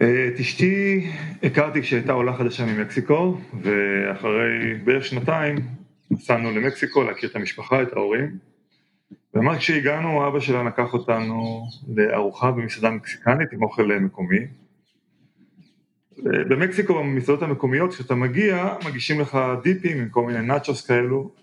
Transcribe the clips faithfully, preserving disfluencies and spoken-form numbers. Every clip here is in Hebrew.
את אשתי הכרתי כשהייתה עולה חדשה ממקסיקו, ואחרי בערך שנתיים נסענו למקסיקו להכיר את המשפחה, את ההורים. וממש כשהגענו, אבא שלה לקח אותנו לארוחה במסעדה מקסיקנית עם אוכל מקומי. במקסיקו, במסעדות המקומיות, כשאתה מגיע, מגישים לך דיפים עם כל מיני נאצ'וס כאלו,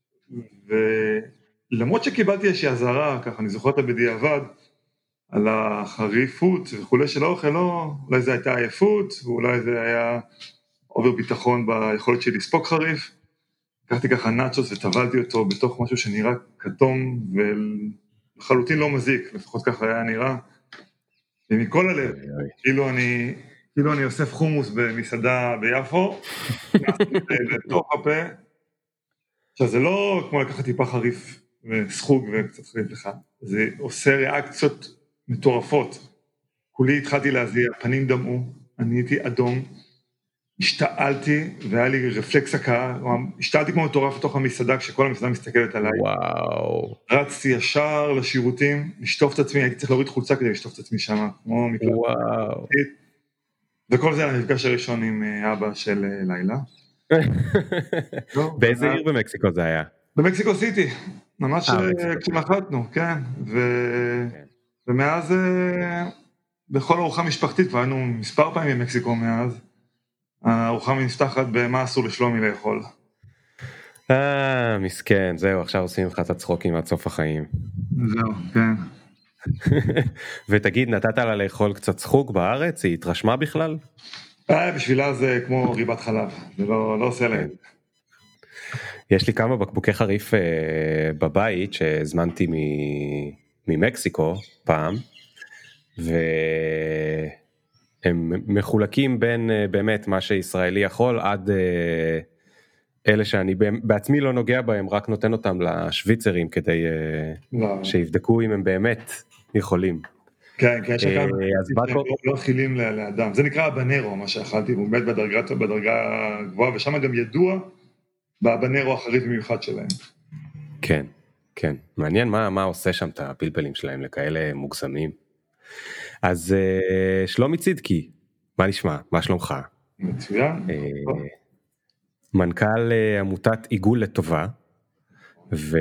ולמרות שקיבלתי איזושהי אזהרה, ככה אני זוכר אותה בדיעבד, על החריפות וכולי של האוכל, לא, אולי זה הייתה עייפות, ואולי זה היה עובר ביטחון ביכולת שלי לספוק חריף. לקחתי ככה נאצ'וס וטבלתי אותו בתוך משהו שנראה כתום ולחלוטין לא מזיק, לפחות ככה היה נראה. ומכל הלב, כאילו אני, כאילו אני אוסף חומוס במסעדה ביפו, לתוך הפה. עכשיו זה לא כמו לקחת טיפה חריף וסחוג וקצת חריף לך, זה עושה ריאקציות מטורפות. כולי התחלתי להזיע, פנים דמו, אני הייתי אדום, השתעלתי והיה לי רפלקס הקעה, השתעלתי כמו מטורף לתוך המסעדה כשכל המסעדה מסתכלת עליי. וואו. רצתי ישר לשירותים, לשטוף את עצמי, הייתי צריך להוריד חולצה כדי לשטוף את עצמי שם, כמו מקלט. וואו. וכל זה המפגש הראשון עם אבא של לילה. באיזה עיר במקסיקו זה היה? במקסיקו סיטי, ממש כשנחתנו, כן. ומאז בכל ארוחה משפחתית, כבר היינו מספר פעמים במקסיקו מאז, הארוחה נפתחת במה אסור לשלומי לאכול. אה, מסכן, זהו, עכשיו עושים לך את הצחוקים עד סוף החיים. זהו, כן. ותגיד, נתת לה לאכול קצת צחוק בארץ? היא התרשמה בכלל? אה, בשבילה זה כמו ריבת חלב, זה לא, לא עושה להם. יש לי כמה בקבוקי חריף אה, בבית שהזמנתי מ... ממקסיקו פעם, והם מחולקים בין אה, באמת מה שישראלי יכול עד אה, אלה שאני בעצמי לא נוגע בהם, רק נותן אותם לשוויצרים כדי אה, לא. שיבדקו אם הם באמת יכולים. כן, כן, יש כאן לא אכילים לאדם, זה נקרא הבנרו, מה שאכלתי, הוא באמת בדרגה, בדרגה גבוהה, ושם גם ידוע בבנרו החריף במיוחד שלהם. כן, כן, מעניין מה, מה עושה שם את הפלפלים שלהם לכאלה מוגזמים. אז שלומי צדקי, מה נשמע? מה שלומך? מצוין. מנכ"ל עמותת עיגול לטובה, ו...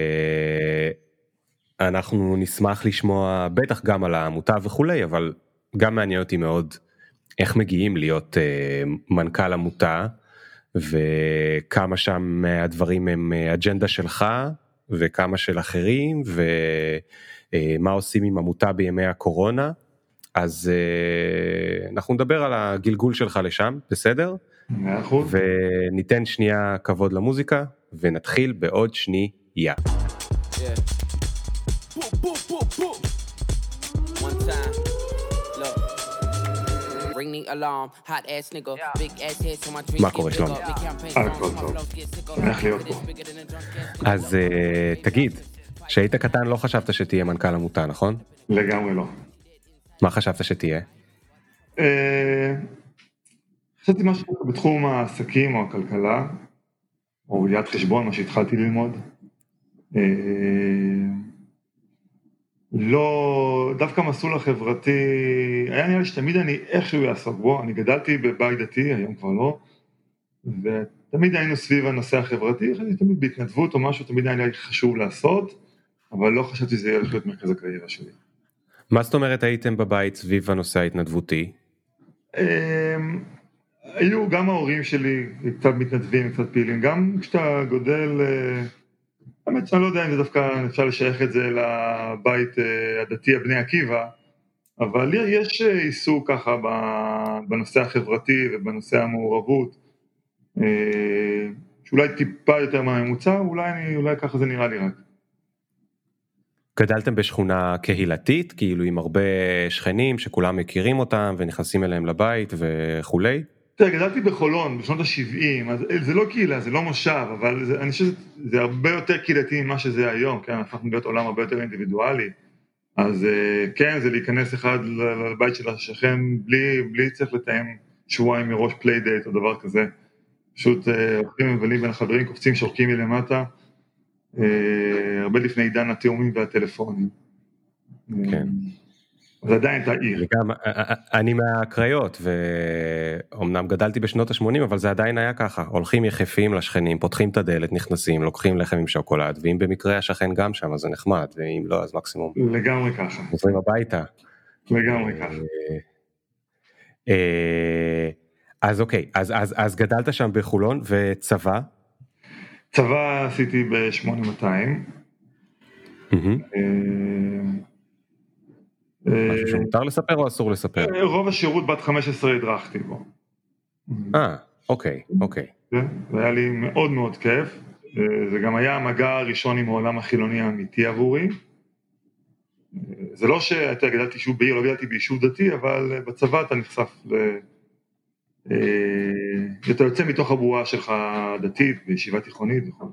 אנחנו נשמח לשמוע בטח גם על העמותה וכולי, אבל גם מעניין אותי מאוד איך מגיעים להיות uh, מנכ"ל עמותה, וכמה שם הדברים הם אג'נדה שלך, וכמה של אחרים, ומה עושים עם עמותה בימי הקורונה. אז uh, אנחנו נדבר על הגלגול שלך לשם, בסדר? מאה אחוז. וניתן שנייה כבוד למוזיקה, ונתחיל בעוד שנייה. Yeah. מה קורה שלום? הכל טוב, שמח להיות פה. אז תגיד, כשהיית קטן לא חשבת שתהיה מנכ"ל עמותה, נכון? לגמרי לא. מה חשבת שתהיה? חשבתי משהו בתחום העסקים או הכלכלה, או יד חשבון, מה שהתחלתי ללמוד. לא, דווקא המסלול החברתי, היה נראה לי שתמיד אני איכשהו יעסוק בו, אני גדלתי בבית דתי, היום כבר לא, ותמיד היינו סביב הנושא החברתי, חשבתי תמיד בהתנדבות או משהו, תמיד היה לי חשוב לעשות, אבל לא חשבתי שזה יהיה להיות מרכז הקריירה שלי. מה זאת אומרת הייתם בבית סביב הנושא ההתנדבותי? היו גם ההורים שלי קצת מתנדבים, קצת פעילים, גם כשאתה גודל... באמת שאני לא יודע אם זה דווקא אפשר לשייך את זה לבית הדתי הבני עקיבא, אבל יש עיסוק ככה בנושא החברתי ובנושא המעורבות, שאולי טיפה יותר מהממוצע, אולי, אני, אולי ככה זה נראה לי רק. גדלתם בשכונה קהילתית, כאילו עם הרבה שכנים שכולם מכירים אותם ונכנסים אליהם לבית וכולי? תראה, גדלתי בחולון בשנות ה-שבעים, אז זה לא קהילה, זה לא מושב, אבל זה, אני חושב שזה הרבה יותר קהילתי ממה שזה היום, כן, הפכנו להיות עולם הרבה יותר אינדיבידואלי, אז כן, זה להיכנס אחד לבית של השכן, בלי, בלי צריך לתאם שבועיים מראש פליידייט או דבר כזה, פשוט הולכים מבלים בין החברים, קופצים שורקים מלמטה, הרבה לפני עידן התאומים והטלפונים. כן. זה עדיין הייתה עיר. וגם, אני מהקריות, ואומנם גדלתי בשנות ה-שמונים, אבל זה עדיין היה ככה, הולכים יחפים לשכנים, פותחים את הדלת, נכנסים, לוקחים לחם עם שוקולד, ואם במקרה השכן גם שם, אז זה נחמד, ואם לא, אז מקסימום. לגמרי ככה. חוזרים הביתה. לגמרי ככה. אז אוקיי, אז, אז, אז גדלת שם בחולון, וצבא? צבא עשיתי ב-שמונה מאתיים. משהו שמותר לספר או אסור לספר? רוב השירות בת חמש עשרה הדרכתי בו. אה, אוקיי, אוקיי. זה היה לי מאוד מאוד כיף. זה גם היה המגע הראשון עם העולם החילוני האמיתי עבורי. זה לא שאתה גדלתי יישוב בעיר, לא גדלתי ביישוב דתי, אבל בצבא אתה נחשף ל... אתה יוצא מתוך הבועה שלך דתית, בישיבה תיכונית וכו'.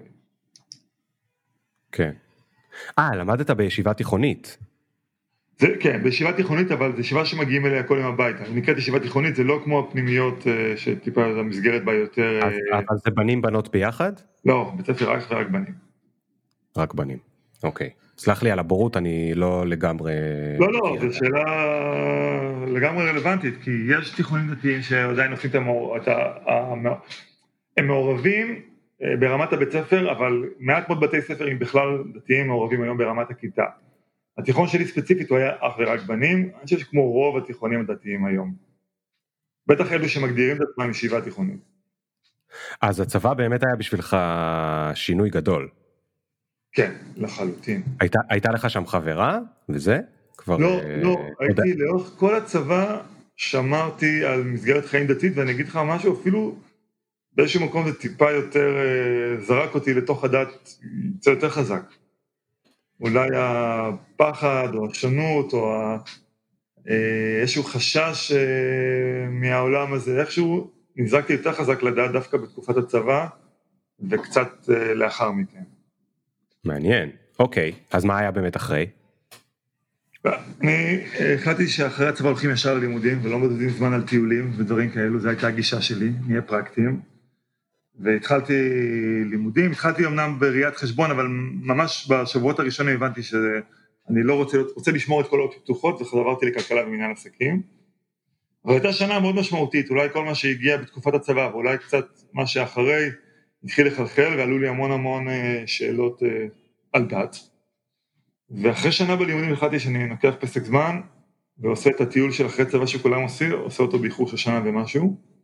כן. אה, למדת בישיבה תיכונית. זה, כן, בישיבה תיכונית, אבל זו ישיבה שמגיעים אליה כל יום הביתה. אני נקראת ישיבה תיכונית, זה לא כמו הפנימיות שטיפה המסגרת בה יותר... אז, אבל זה בנים בנות ביחד? לא, בית ספר רק ורק בנים. רק בנים, אוקיי. סלח לי על הבורות, אני לא לגמרי... לא, לא, זו שאלה לגמרי רלוונטית, כי יש תיכונים דתיים שעדיין עושים את המור... הם מעורבים ברמת הבית ספר, אבל מעט מאוד בתי ספר, אם בכלל דתיים מעורבים היום ברמת הכיתה. התיכון שלי ספציפית הוא היה אך ורק בנים, אני חושב שכמו רוב התיכונים הדתיים היום. בטח אלו שמגדירים את עצמם ישיבה תיכונית. אז הצבא באמת היה בשבילך שינוי גדול. כן, לחלוטין. הייתה, הייתה לך שם חברה וזה? כבר, לא, אה, לא, הייתי לאורך כל הצבא שמרתי על מסגרת חיים דתית, ואני אגיד לך משהו, אפילו באיזשהו מקום זה טיפה יותר זרק אותי לתוך הדת, זה יותר חזק. אולי הפחד או השונות או איזשהו חשש מהעולם הזה, איכשהו נזרקתי יותר חזק לדעת דווקא בתקופת הצבא וקצת לאחר מכן. מעניין, אוקיי, אז מה היה באמת אחרי? אני החלטתי שאחרי הצבא הולכים ישר ללימודים ולא מדודים זמן על טיולים ודברים כאלו, זו הייתה הגישה שלי, נהיה פרקטיים. והתחלתי לימודים, התחלתי אמנם בראיית חשבון, אבל ממש בשבועות הראשונים הבנתי שאני לא רוצה, רוצה לשמור את כל האופציות פתוחות, וחזרתי לכלכלה ומנהל עסקים. אבל הייתה שנה מאוד משמעותית, אולי כל מה שהגיע בתקופת הצבא, ואולי קצת מה שאחרי התחיל לחלחל, ועלו לי המון המון שאלות על דת. ואחרי שנה בלימודים החלטתי שאני נוקח פסק זמן, ועושה את הטיול של אחרי צבא שכולם עושים, עושה אותו באיחור של שנה ומשהו.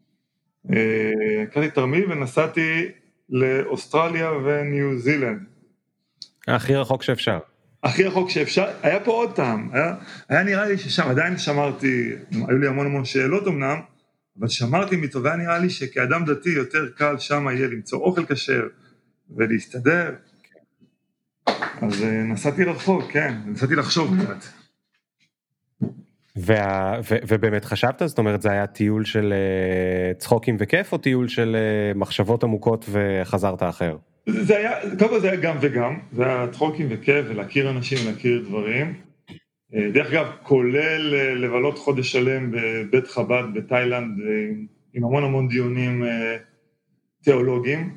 קראתי תרמיל ונסעתי לאוסטרליה וניו זילנד. הכי רחוק שאפשר. הכי רחוק שאפשר, היה פה עוד טעם, היה, היה נראה לי ששם עדיין שמרתי, היו לי המון המון שאלות אמנם, אבל שמרתי מטוב, היה נראה לי שכאדם דתי יותר קל שם יהיה למצוא אוכל כשר ולהסתדר. אז נסעתי לרחוק, כן, נסעתי לחשוב קצת. וה, ו, ובאמת חשבת? זאת אומרת, זה היה טיול של uh, צחוקים וכיף, או טיול של uh, מחשבות עמוקות וחזרת אחר? זה היה, קודם כל זה היה גם וגם, זה היה צחוקים וכיף, ולהכיר אנשים ולהכיר דברים. דרך אגב, כולל לבלות חודש שלם בבית חב"ד בתאילנד, עם המון המון דיונים תיאולוגיים.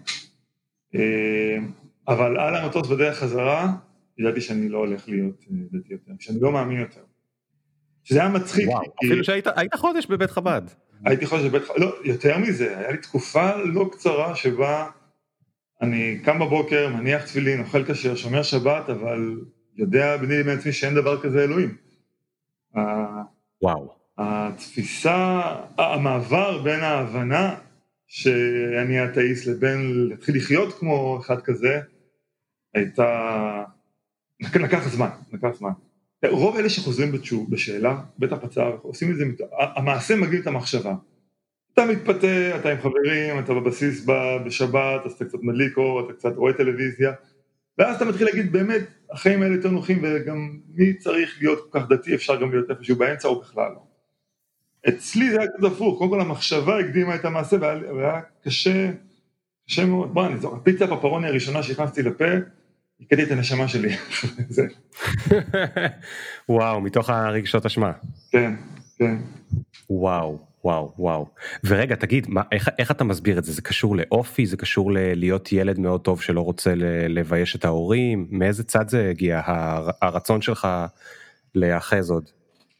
אבל על המטוס בדרך חזרה, ידעתי שאני לא הולך להיות דתי יותר, שאני לא מאמין יותר. שזה היה מצחיק. וואו, כי... אפילו שהיית היית חודש בבית חב"ד. הייתי חודש בבית חב"ד, לא, יותר מזה, היה לי תקופה לא קצרה שבה אני קם בבוקר, מניח תפילין, אוכל כשר, שומר שבת, אבל יודע בני מעצמי שאין דבר כזה אלוהים. וואו. התפיסה, המעבר בין ההבנה שאני אתאיסט לבין להתחיל לחיות כמו אחד כזה, הייתה, לקח זמן, לקח זמן. רוב אלה שחוזרים בתשוב, בשאלה, בטח בצער, עושים את זה, המעשה מגיע את המחשבה. אתה מתפתה, אתה עם חברים, אתה בבסיס בשבת, אז אתה קצת מדליק אור, אתה קצת רואה טלוויזיה, ואז אתה מתחיל להגיד, באמת, החיים האלה יותר נוחים, וגם מי צריך להיות כל כך דתי, אפשר גם להיות איפשהו באמצע או בכלל לא. אצלי זה היה קצת הפוך, קודם כל המחשבה הקדימה את המעשה, והיה קשה, קשה מאוד. בוא, אני זוכר, הפיצה הפפרוני הראשונה שהכנסתי לפה, הקדתי את הנשמה שלי. וואו, מתוך הרגשות אשמה. כן, כן. וואו, וואו, וואו. ורגע, תגיד, מה, איך, איך אתה מסביר את זה? זה קשור לאופי? זה קשור ל- להיות ילד מאוד טוב שלא רוצה ל- לבייש את ההורים? מאיזה צד זה הגיע, הרצון שלך להאחז עוד?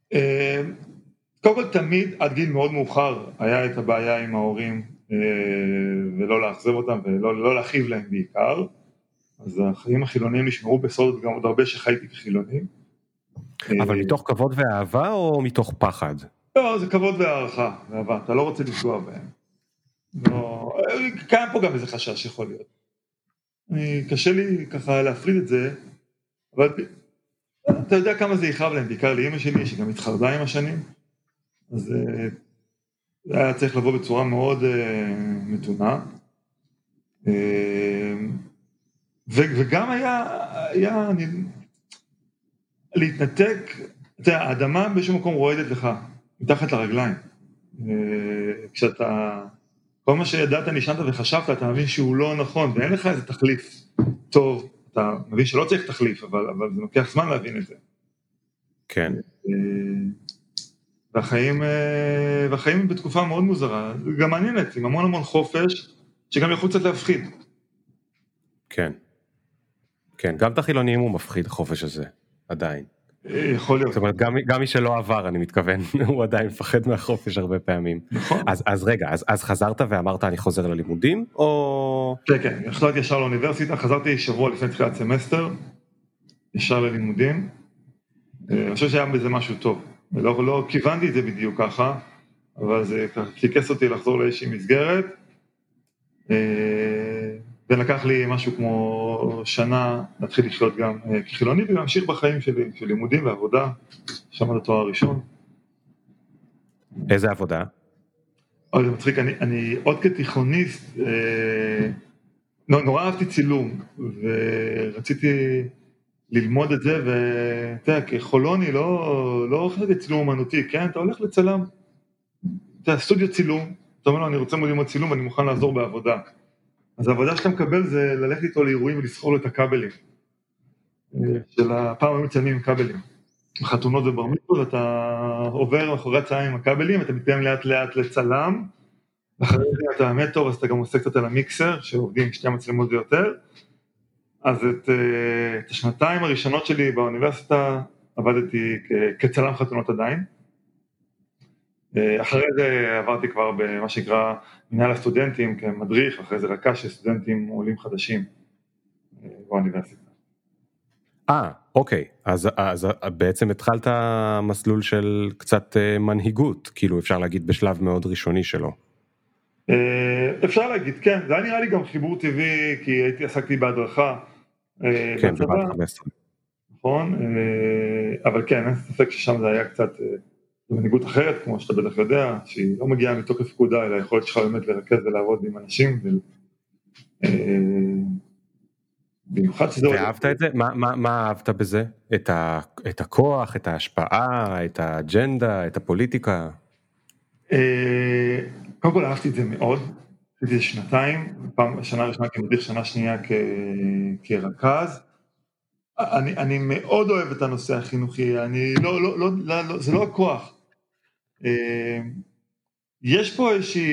קודם כל תמיד עד גיל מאוד מאוחר היה את הבעיה עם ההורים ולא לאכזב אותם ולא לא להכאיב להם בעיקר, אז החיים החילוניים נשמרו בסוד גם עוד הרבה שחייתי כחילוני. אבל מתוך כבוד ואהבה או מתוך פחד? לא, זה כבוד והערכה ואהבה, אתה לא רוצה לפגוע בהם. לא, קיים פה גם איזה חשש יכול להיות. אני, קשה לי ככה להפריד את זה, אבל אתה יודע כמה זה יכאב להם, בעיקר לאמא שלי, שגם התחרדה עם השנים, אז זה היה צריך לבוא בצורה מאוד מתונה, וגם היה, היה אני, להתנתק, אתה יודע, האדמה בשום מקום רועדת לך, מתחת לרגליים, כשאתה, כל מה שידעת נשנת וחשבת, אתה מבין שהוא לא נכון, ואין לך איזה תחליף טוב, אתה מבין שלא צריך תחליף, אבל, אבל זה לוקח זמן להבין את זה. כן. והחיים, והחיים בתקופה מאוד מוזרה, גם מעניינת, עם המון המון חופש, שגם יכול קצת להפחיד. כן. כן, גם את החילונים הוא מפחיד החופש הזה, עדיין. יכול להיות. זאת אומרת, גם, גם מי שלא עבר, אני מתכוון, הוא עדיין מפחד מהחופש הרבה פעמים. נכון. אז, אז רגע, אז, אז חזרת ואמרת אני חוזר ללימודים, או... כן, כן, החלטתי ישר לאוניברסיטה, חזרתי שבוע לפני תחילת סמסטר, ישר ללימודים, אני חושב שהיה בזה משהו טוב, לא, לא כיוונתי את זה בדיוק ככה, אבל זה חיכס אותי לחזור לאיזושהי מסגרת, ולקח לי משהו כמו שנה להתחיל לחיות גם כחילוני, ולהמשיך בחיים שלי, של לימודים ועבודה, שם עד התואר הראשון. איזה עבודה? אבל זה מצחיק, אני, אני עוד כתיכוניסט, אה, נורא אהבתי צילום, ורציתי ללמוד את זה, ואתה יודע, כחולוני לא, לא הולך לצילום אמנותי, כן? אתה הולך לצלם, אתה יודע, סטודיו צילום, אתה אומר לו, אני רוצה ללמוד צילום, ואני מוכן לעזור בעבודה. אז העבודה שאתה מקבל זה ללכת איתו לאירועים ולסחור לו את הכבלים, של הפעם מצלמים עם כבלים. חתונות ובר מצוות, אתה עובר מאחורי הצלם עם הכבלים, אתה מתקדם לאט לאט לצלם, ואחרי זה אתה באמת טוב, אז אתה גם עושה קצת על המיקסר, שעובדים שתי מצלמות ויותר, אז את, את השנתיים הראשונות שלי באוניברסיטה, עבדתי כצלם חתונות עדיין, אחרי זה עברתי כבר במה שנקרא מנהל הסטודנטים כמדריך, אחרי זה רכז של סטודנטים עולים חדשים באוניברסיטה. אה, אוקיי, אז, אז בעצם התחלת מסלול של קצת מנהיגות, כאילו אפשר להגיד בשלב מאוד ראשוני שלו. אפשר להגיד, כן, זה היה נראה לי גם חיבור טבעי, כי הייתי עסקתי בהדרכה כן, בצבא, נכון, אבל כן, אין ספק ששם זה היה קצת מנהיגות אחרת, כמו שאתה בטח יודע, שהיא לא מגיעה מתוקף פקודה, אלא יכולת שלך באמת לרכז ולעבוד עם אנשים, במיוחד שזה... ואהבת את זה? מה, מה, מה אהבת בזה? את, ה, את הכוח, את ההשפעה, את האג'נדה, את הפוליטיקה? קודם כל אהבתי את זה מאוד, עשיתי את זה שנתיים, פעם, שנה ראשונה כמדריך, שנה שנייה כ, כרכז. אני, אני מאוד אוהב את הנושא החינוכי, אני לא, לא, לא, לא, לא, זה לא הכוח. יש פה איזושהי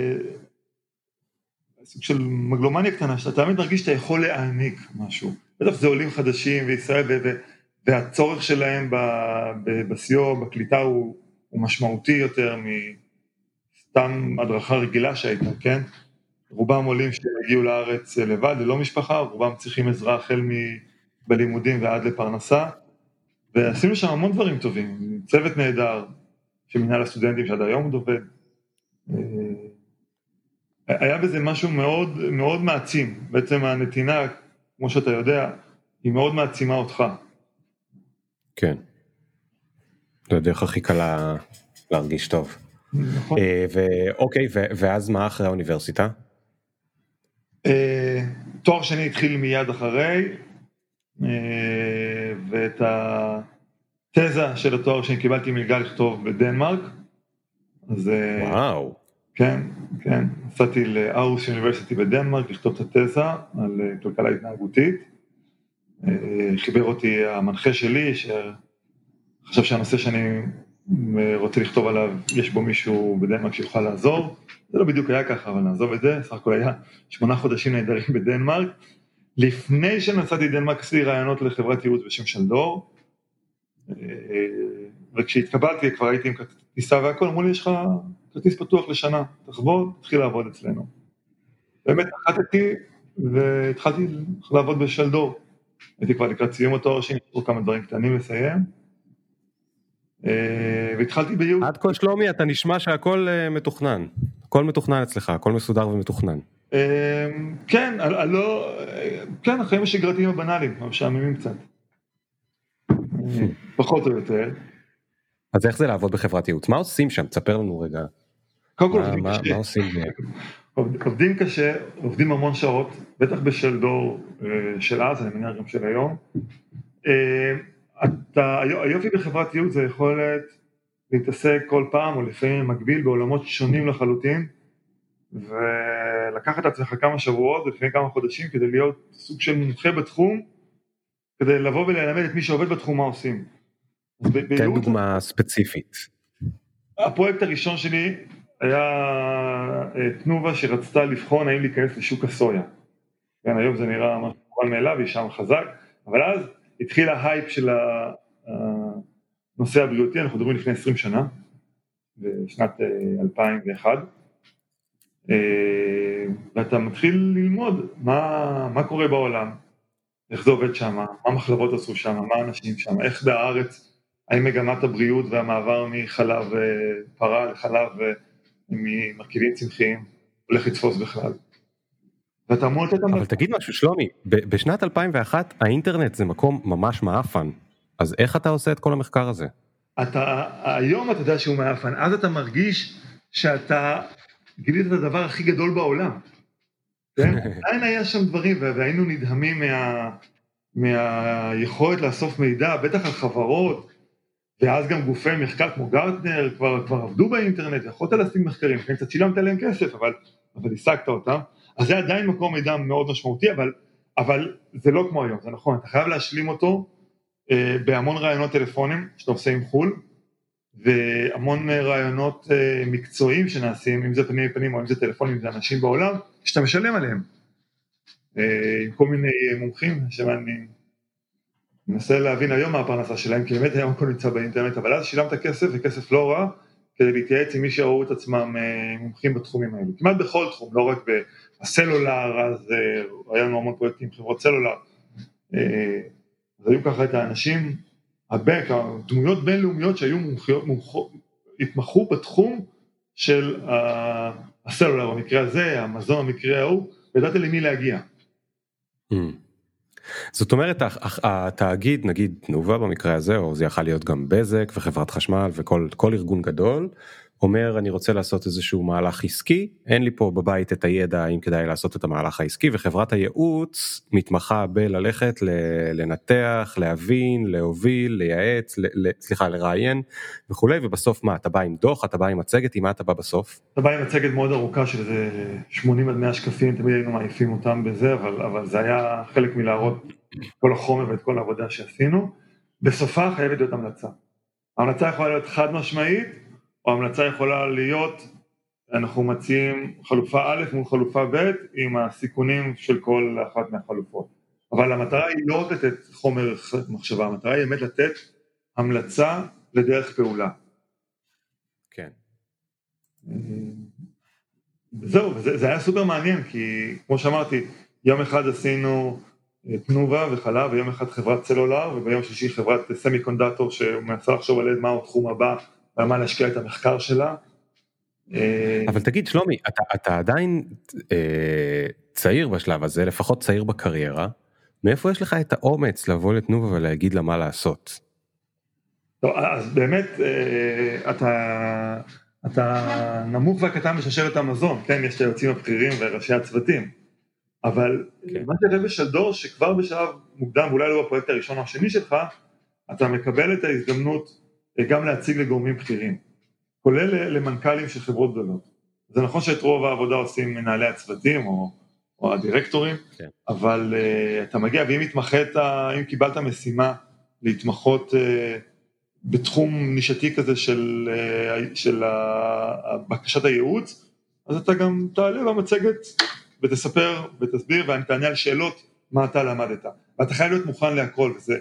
סוג של מגלומניה קטנה, שאתה תמיד מרגיש שאתה יכול להעניק משהו. בטח זה עולים חדשים וישראל, והצורך שלהם בסיוע, בקליטה הוא, הוא משמעותי יותר מסתם הדרכה רגילה שהייתה, כן? רובם עולים שהגיעו לארץ לבד, ללא משפחה, רובם צריכים עזרה החל בלימודים ועד לפרנסה, ועשינו שם המון דברים טובים, צוות נהדר, שמנהל הסטודנטים שעד היום עוד עובד, היה בזה משהו מאוד, מאוד מעצים, בעצם הנתינה, כמו שאתה יודע, היא מאוד מעצימה אותך. כן. זה דרך הכי קלה להרגיש טוב. נכון. ואוקיי, ואז מה אחרי האוניברסיטה? תואר שני התחיל מיד אחרי, ואת התזה של התואר שני קיבלתי מלגה לכתוב בדנמרק. וואו. כן, כן. נסעתי לארוס אוניברסיטי בדנמרק לכתוב את התזה על כלכלה התנהגותית. חיבר אותי המנחה שלי, שחשב שהנושא שאני רוצה לכתוב עליו, יש בו מישהו בדנמרק שיוכל לעזור. זה לא בדיוק היה ככה, אבל נעזוב את זה. סך הכל היה שמונה חודשים נהדרים בדנמרק. לפני שנסעתי דנמרק, עשיתי רעיונות לחברת ייעוץ בשם שלדור. וכשהתקבלתי כבר הייתי עם כרטיסה והכל, אמרו לי יש לך כרטיס פתוח לשנה, תחבור, תתחיל לעבוד אצלנו. באמת נחתתי והתחלתי לעבוד בשלדור, הייתי כבר לקראת סיום התואר שני, יש פה כמה דברים קטנים לסיים, והתחלתי בייעוץ. עד כה שלומי אתה נשמע שהכל מתוכנן, הכל מתוכנן אצלך, הכל מסודר ומתוכנן. כן, לא, כן, החיים השגרתיים הבנאליים, משעממים קצת. פחות או יותר. אז איך זה לעבוד בחברת ייעוץ? מה עושים שם? תספר לנו רגע. קודם כל עובדים קשה. מה עושים? עובדים קשה, עובדים המון שעות, בטח בשלדור של אז, אני מניח גם של היום. היופי בחברת ייעוץ זה יכולת להתעסק כל פעם, או לפעמים מקביל בעולמות שונים לחלוטין, ולקחת את עצמך כמה שבועות ולפעמים כמה חודשים כדי להיות סוג של מומחה בתחום, כדי לבוא וללמד את מי שעובד בתחום מה עושים. תן דוגמה ספציפית. הפרויקט הראשון שלי היה תנובה שרצתה לבחון האם להיכנס לשוק הסויה. כן, היום זה נראה משהו מובן מאליו, היא שם חזק, אבל אז התחיל ההייפ של הנושא הבריאותי, אנחנו מדברים לפני עשרים שנה, בשנת אלפיים ואחת, ואתה מתחיל ללמוד מה, מה קורה בעולם, איך זה עובד שם, מה מחלבות עשו שם, מה אנשים שם, איך בארץ, האם מגמת הבריאות והמעבר מחלב פרה לחלב ממרכיבים צמחיים הולך לתפוס בכלל. ואתה אמור לתת... אבל תגיד משהו שלומי, בשנת אלפיים ואחת האינטרנט זה מקום ממש מאפן, אז איך אתה עושה את כל המחקר הזה? אתה, היום אתה יודע שהוא מאפן, אז אתה מרגיש שאתה גילית את הדבר הכי גדול בעולם. עדיין היה שם דברים, והיינו נדהמים מה, מהיכולת לאסוף מידע, בטח על חברות, ואז גם גופי מחקר כמו גרטנר כבר, כבר עבדו באינטרנט, יכולת להשיג מחקרים, כן, קצת שילמת עליהם כסף, אבל, אבל השגת אותם. אז זה עדיין מקום מידע מאוד משמעותי, אבל, אבל זה לא כמו היום, זה נכון, אתה חייב להשלים אותו אה, בהמון רעיונות טלפונים שאתה עושה עם חול, והמון רעיונות אה, מקצועיים שנעשים, אם זה פנים פנים או אם זה טלפונים, אם זה אנשים בעולם, שאתה משלם עליהם, אה, עם כל מיני מומחים, שאני מנסה להבין היום מה הפרנסה שלהם, כי באמת היום הכל נמצא באינטרנט, אבל אז שילמת כסף, וכסף לא רע, כדי להתייעץ עם מי שראו את עצמם אה, מומחים בתחומים האלו, כמעט בכל תחום, לא רק בסלולר, אז אה, היה לנו המון פרויקטים, חברות סלולר, אה, אז היו ככה את האנשים, הבק, הדמויות בינלאומיות שהיו מומחיות, מומחו, התמחו בתחום של הסלולר, במקרה הזה, המזון, המקרה ההוא, וידעת למי להגיע. זאת אומרת, התאגיד, נגיד תנובה במקרה הזה, או זה יכול להיות גם בזק וחברת חשמל וכל כל ארגון גדול, אומר אני רוצה לעשות איזשהו מהלך עסקי, אין לי פה בבית את הידע אם כדאי לעשות את המהלך העסקי, וחברת הייעוץ מתמחה בללכת לנתח, להבין, להוביל, לייעץ, סליחה, לראיין וכולי, ובסוף מה, אתה בא עם דוח, אתה בא עם מצגת, עם מה אתה בא בסוף? אתה בא עם מצגת מאוד ארוכה של איזה שמונים עד מאה שקפים, תמיד היינו מעיפים אותם בזה, אבל, אבל זה היה חלק מלהראות כל החומר ואת כל העבודה שעשינו. בסופה חייבת להיות המלצה. ההמלצה יכולה להיות חד משמעית, או המלצה יכולה להיות, אנחנו מציעים חלופה א' מול חלופה ב' עם הסיכונים של כל אחת מהחלופות. אבל המטרה היא לא רק לתת חומר מחשבה, המטרה היא באמת לתת המלצה לדרך פעולה. כן. זהו, זה, זה היה סופר מעניין, כי כמו שאמרתי, יום אחד עשינו תנובה וחלב, ויום אחד חברת סלולר, וביום שלישי חברת סמי קונדקטור, שמנסה לחשוב על מה התחום הבא, ועל מה להשקיע את המחקר שלה. אבל תגיד שלומי, אתה, אתה עדיין אה, צעיר בשלב הזה, לפחות צעיר בקריירה, מאיפה יש לך את האומץ לבוא לתנובה ולהגיד לה מה לעשות? טוב, אז באמת, אה, אתה, אתה נמוך והקטן בשרשרת המזון, כן, יש את היועצים הבכירים וראשי הצוותים, אבל כן. מה שקורה בשלדור, שכבר בשלב מוקדם, ואולי לא בפרויקט הראשון או השני שלך, אתה מקבל את ההזדמנות גם להציג לגורמים בכירים, כולל למנכ"לים של חברות גדולות. זה נכון שאת רוב העבודה עושים מנהלי הצוותים או, או הדירקטורים, כן. אבל uh, אתה מגיע, ואם התמחית, אם קיבלת משימה להתמחות uh, בתחום נישתי כזה של, uh, של uh, בקשת הייעוץ, אז אתה גם תעלה במצגת ותספר ותסביר, ואני תענה על שאלות מה אתה למדת. ואתה חייב להיות מוכן להכל, וזה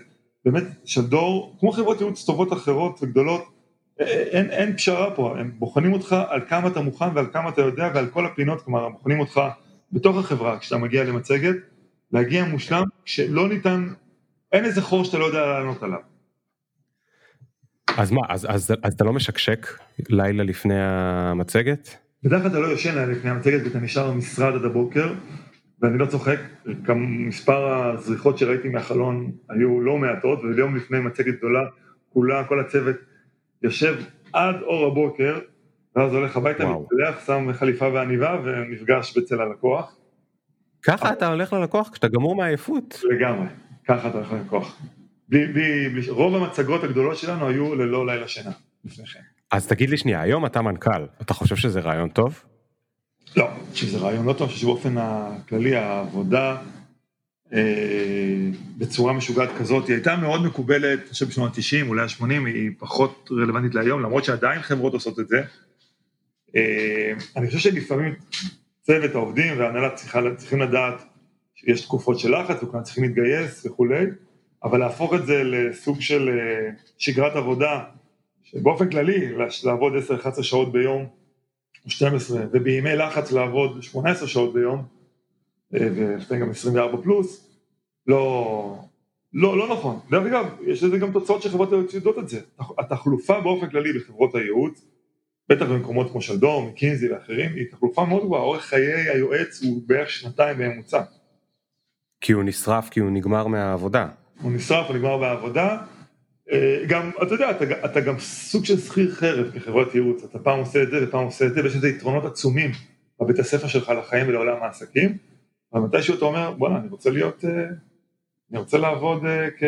באמת שלדור, כמו חברות ייעוץ טובות אחרות וגדולות, אין, אין פשרה פה, הם בוחנים אותך על כמה אתה מוכן ועל כמה אתה יודע ועל כל הפינות, כלומר, הם בוחנים אותך בתוך החברה, כשאתה מגיע למצגת, להגיע מושלם, כשלא ניתן, אין איזה חור שאתה לא יודע לענות עליו. אז מה, אז, אז, אז אתה לא משקשק לילה לפני המצגת? בדרך כלל אתה לא יושן לילה לפני המצגת, ואתה נשאר במשרד עד הבוקר, ואני לא צוחק, מספר הזריחות שראיתי מהחלון היו לא מעטות, וליום לפני מצגת גדולה, כולה, כל הצוות יושב עד אור הבוקר, ואז הולך הביתה, מתפלח, שם חליפה ועניבה, ונפגש בצל הלקוח. ככה אתה הולך ללקוח כשאתה גמור מהעייפות? לגמרי, ככה אתה הולך ללקוח. בלי, בלי, בלי, רוב המצגות הגדולות שלנו היו ללא לילה שינה, לפניכם. אז תגיד לי שנייה, היום אתה מנכ"ל, אתה חושב שזה רעיון טוב? לא, שזה רעיון לא טוב, שבאופן הכללי העבודה אה, בצורה משוגעת כזאת, היא הייתה מאוד מקובלת, אני חושב בשנות ה-תשעים, אולי ה-שמונים, היא פחות רלוונטית להיום, למרות שעדיין חברות עושות את זה. אה, אני חושב שלפעמים צוות העובדים וההנהלה צריכים לדעת שיש תקופות של לחץ, וכאן צריכים להתגייס וכולי, אבל להפוך את זה לסוג של אה, שגרת עבודה, שבאופן כללי, לעבוד עשר אחת עשרה שעות ביום, שתים עשרה, ובימי לחץ לעבוד שמונה עשרה שעות ביום, ולפעמים גם עשרים וארבע פלוס, לא, לא, לא נכון. דרך אגב, יש לזה גם תוצאות שחברות הייעוץ יודעות את זה. התחלופה באופן כללי בחברות הייעוץ, בטח במקומות כמו שלדור, מקינזי ואחרים, היא תחלופה מאוד גבוהה. אורך חיי היועץ הוא בערך שנתיים בממוצע. כי הוא נשרף, כי הוא נגמר מהעבודה. הוא נשרף, הוא נגמר מהעבודה. גם, אתה יודע, אתה, אתה גם סוג של שכיר חרב כחברת ייעוץ, אתה פעם עושה את זה ופעם עושה את זה, ויש לזה יתרונות עצומים בבית הספר שלך לחיים ולעולם העסקים, אבל מתישהו אתה אומר, בוא'נה, אני רוצה להיות, אני רוצה לעבוד כ...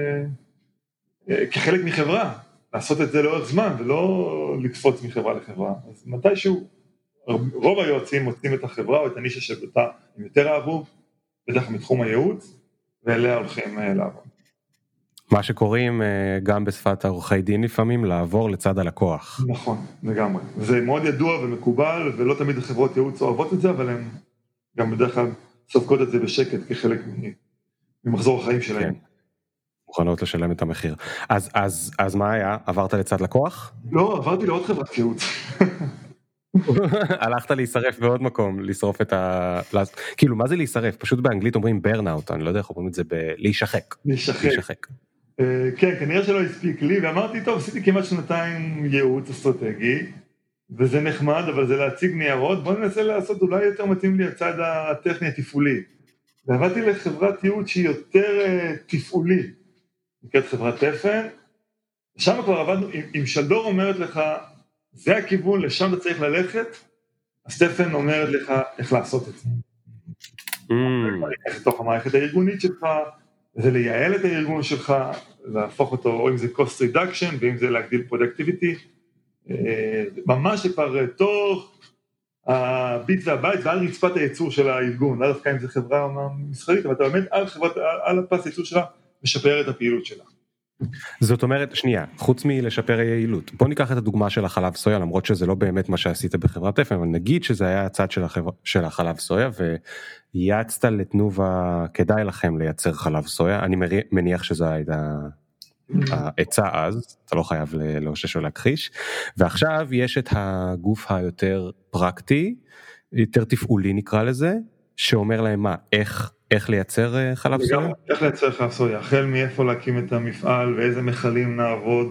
כחלק מחברה, לעשות את זה לאורך זמן, ולא לקפוץ מחברה לחברה. אז מתישהו, רוב היועצים מוצאים את החברה או את הנישה שבתה הם יותר אהבו, בדרך מתחום הייעוץ, ואליה הולכים לעבוד. מה שקוראים גם בשפת עורכי דין לפעמים, לעבור לצד הלקוח. נכון, לגמרי. זה מאוד ידוע ומקובל, ולא תמיד החברות ייעוץ אוהבות את זה, אבל הן גם בדרך כלל סופקות את זה בשקט, כחלק ממחזור החיים שלהם. כן. מוכנות לשלם את המחיר. אז, אז, אז מה היה? עברת לצד לקוח? לא, עברתי לעוד חברת ייעוץ. הלכת להישרף בעוד מקום, לשרוף את ה... כאילו, מה זה להישרף? פשוט באנגלית אומרים burnout, אני לא יודע איך אומרים את זה ב... להישחק. להישחק. כן, כנראה שלא הספיק לי, ואמרתי, טוב, עשיתי כמעט שנתיים ייעוץ אסטרטגי, וזה נחמד, אבל זה להציג ניירות, בוא ננסה לעשות, אולי יותר מתאים לי הצד הטכני התפעולי. ועבדתי לחברת ייעוץ שהיא יותר תפעולי, נקראת חברת תפן, ושם כבר עבדנו, אם שלדור אומרת לך, זה הכיוון, לשם אתה צריך ללכת, אז תפן אומרת לך איך לעשות את זה. איך לתוך המערכת הארגונית שלך, זה לייעל את הארגון שלך, להפוך אותו, או אם זה cost reduction, ואם זה להגדיל productivity, ממש כבר תוך הביט והבית, ועל רצפת הייצור של הארגון, לא דווקא אם זה חברה מסחרית, אבל אתה באמת על חברת, על הפס הייצור שלה, משפר את הפעילות שלה. זאת אומרת, שנייה, חוץ מלשפר היעילות, בוא ניקח את הדוגמה של החלב סויה, למרות שזה לא באמת מה שעשית בחברת תפן, אבל נגיד שזה היה הצד של, החבר... של החלב סויה, ויעצת לתנובה, כדאי לכם לייצר חלב סויה, אני מניח שזו הייתה העצה אז, אתה לא חייב לאושש או להכחיש, ועכשיו יש את הגוף היותר פרקטי, יותר תפעולי נקרא לזה, שאומר להם מה, איך, איך לייצר חלב סויה? איך לייצר חלב סויה, החל מאיפה להקים את המפעל, ואיזה מחלים נעבוד,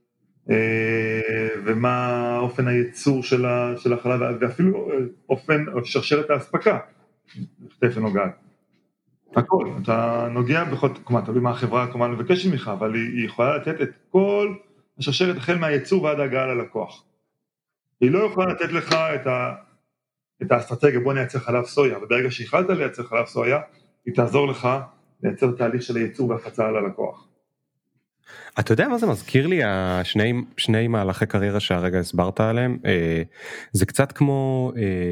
ומה אופן הייצור של החלב, ואפילו אופן, שרשרת ההספקה, תפן נוגעת. הכל, אתה נוגע בכל, כלומר, תלוי מה החברה כלומר מבקשת ממך, אבל היא, היא יכולה לתת את כל השרשרת החל מהייצור ועד ההגעה ללקוח. היא לא יכולה לתת לך את, ה, את האסטרטגיה, בוא נייצר חלב סויה, וברגע שהחלטת לייצר חלב סויה, היא תעזור לך לייצר תהליך של הייצור והפצה על הלקוח. אתה יודע מה זה מזכיר לי, השני, שני מהלכי קריירה שהרגע הסברת עליהם, זה קצת כמו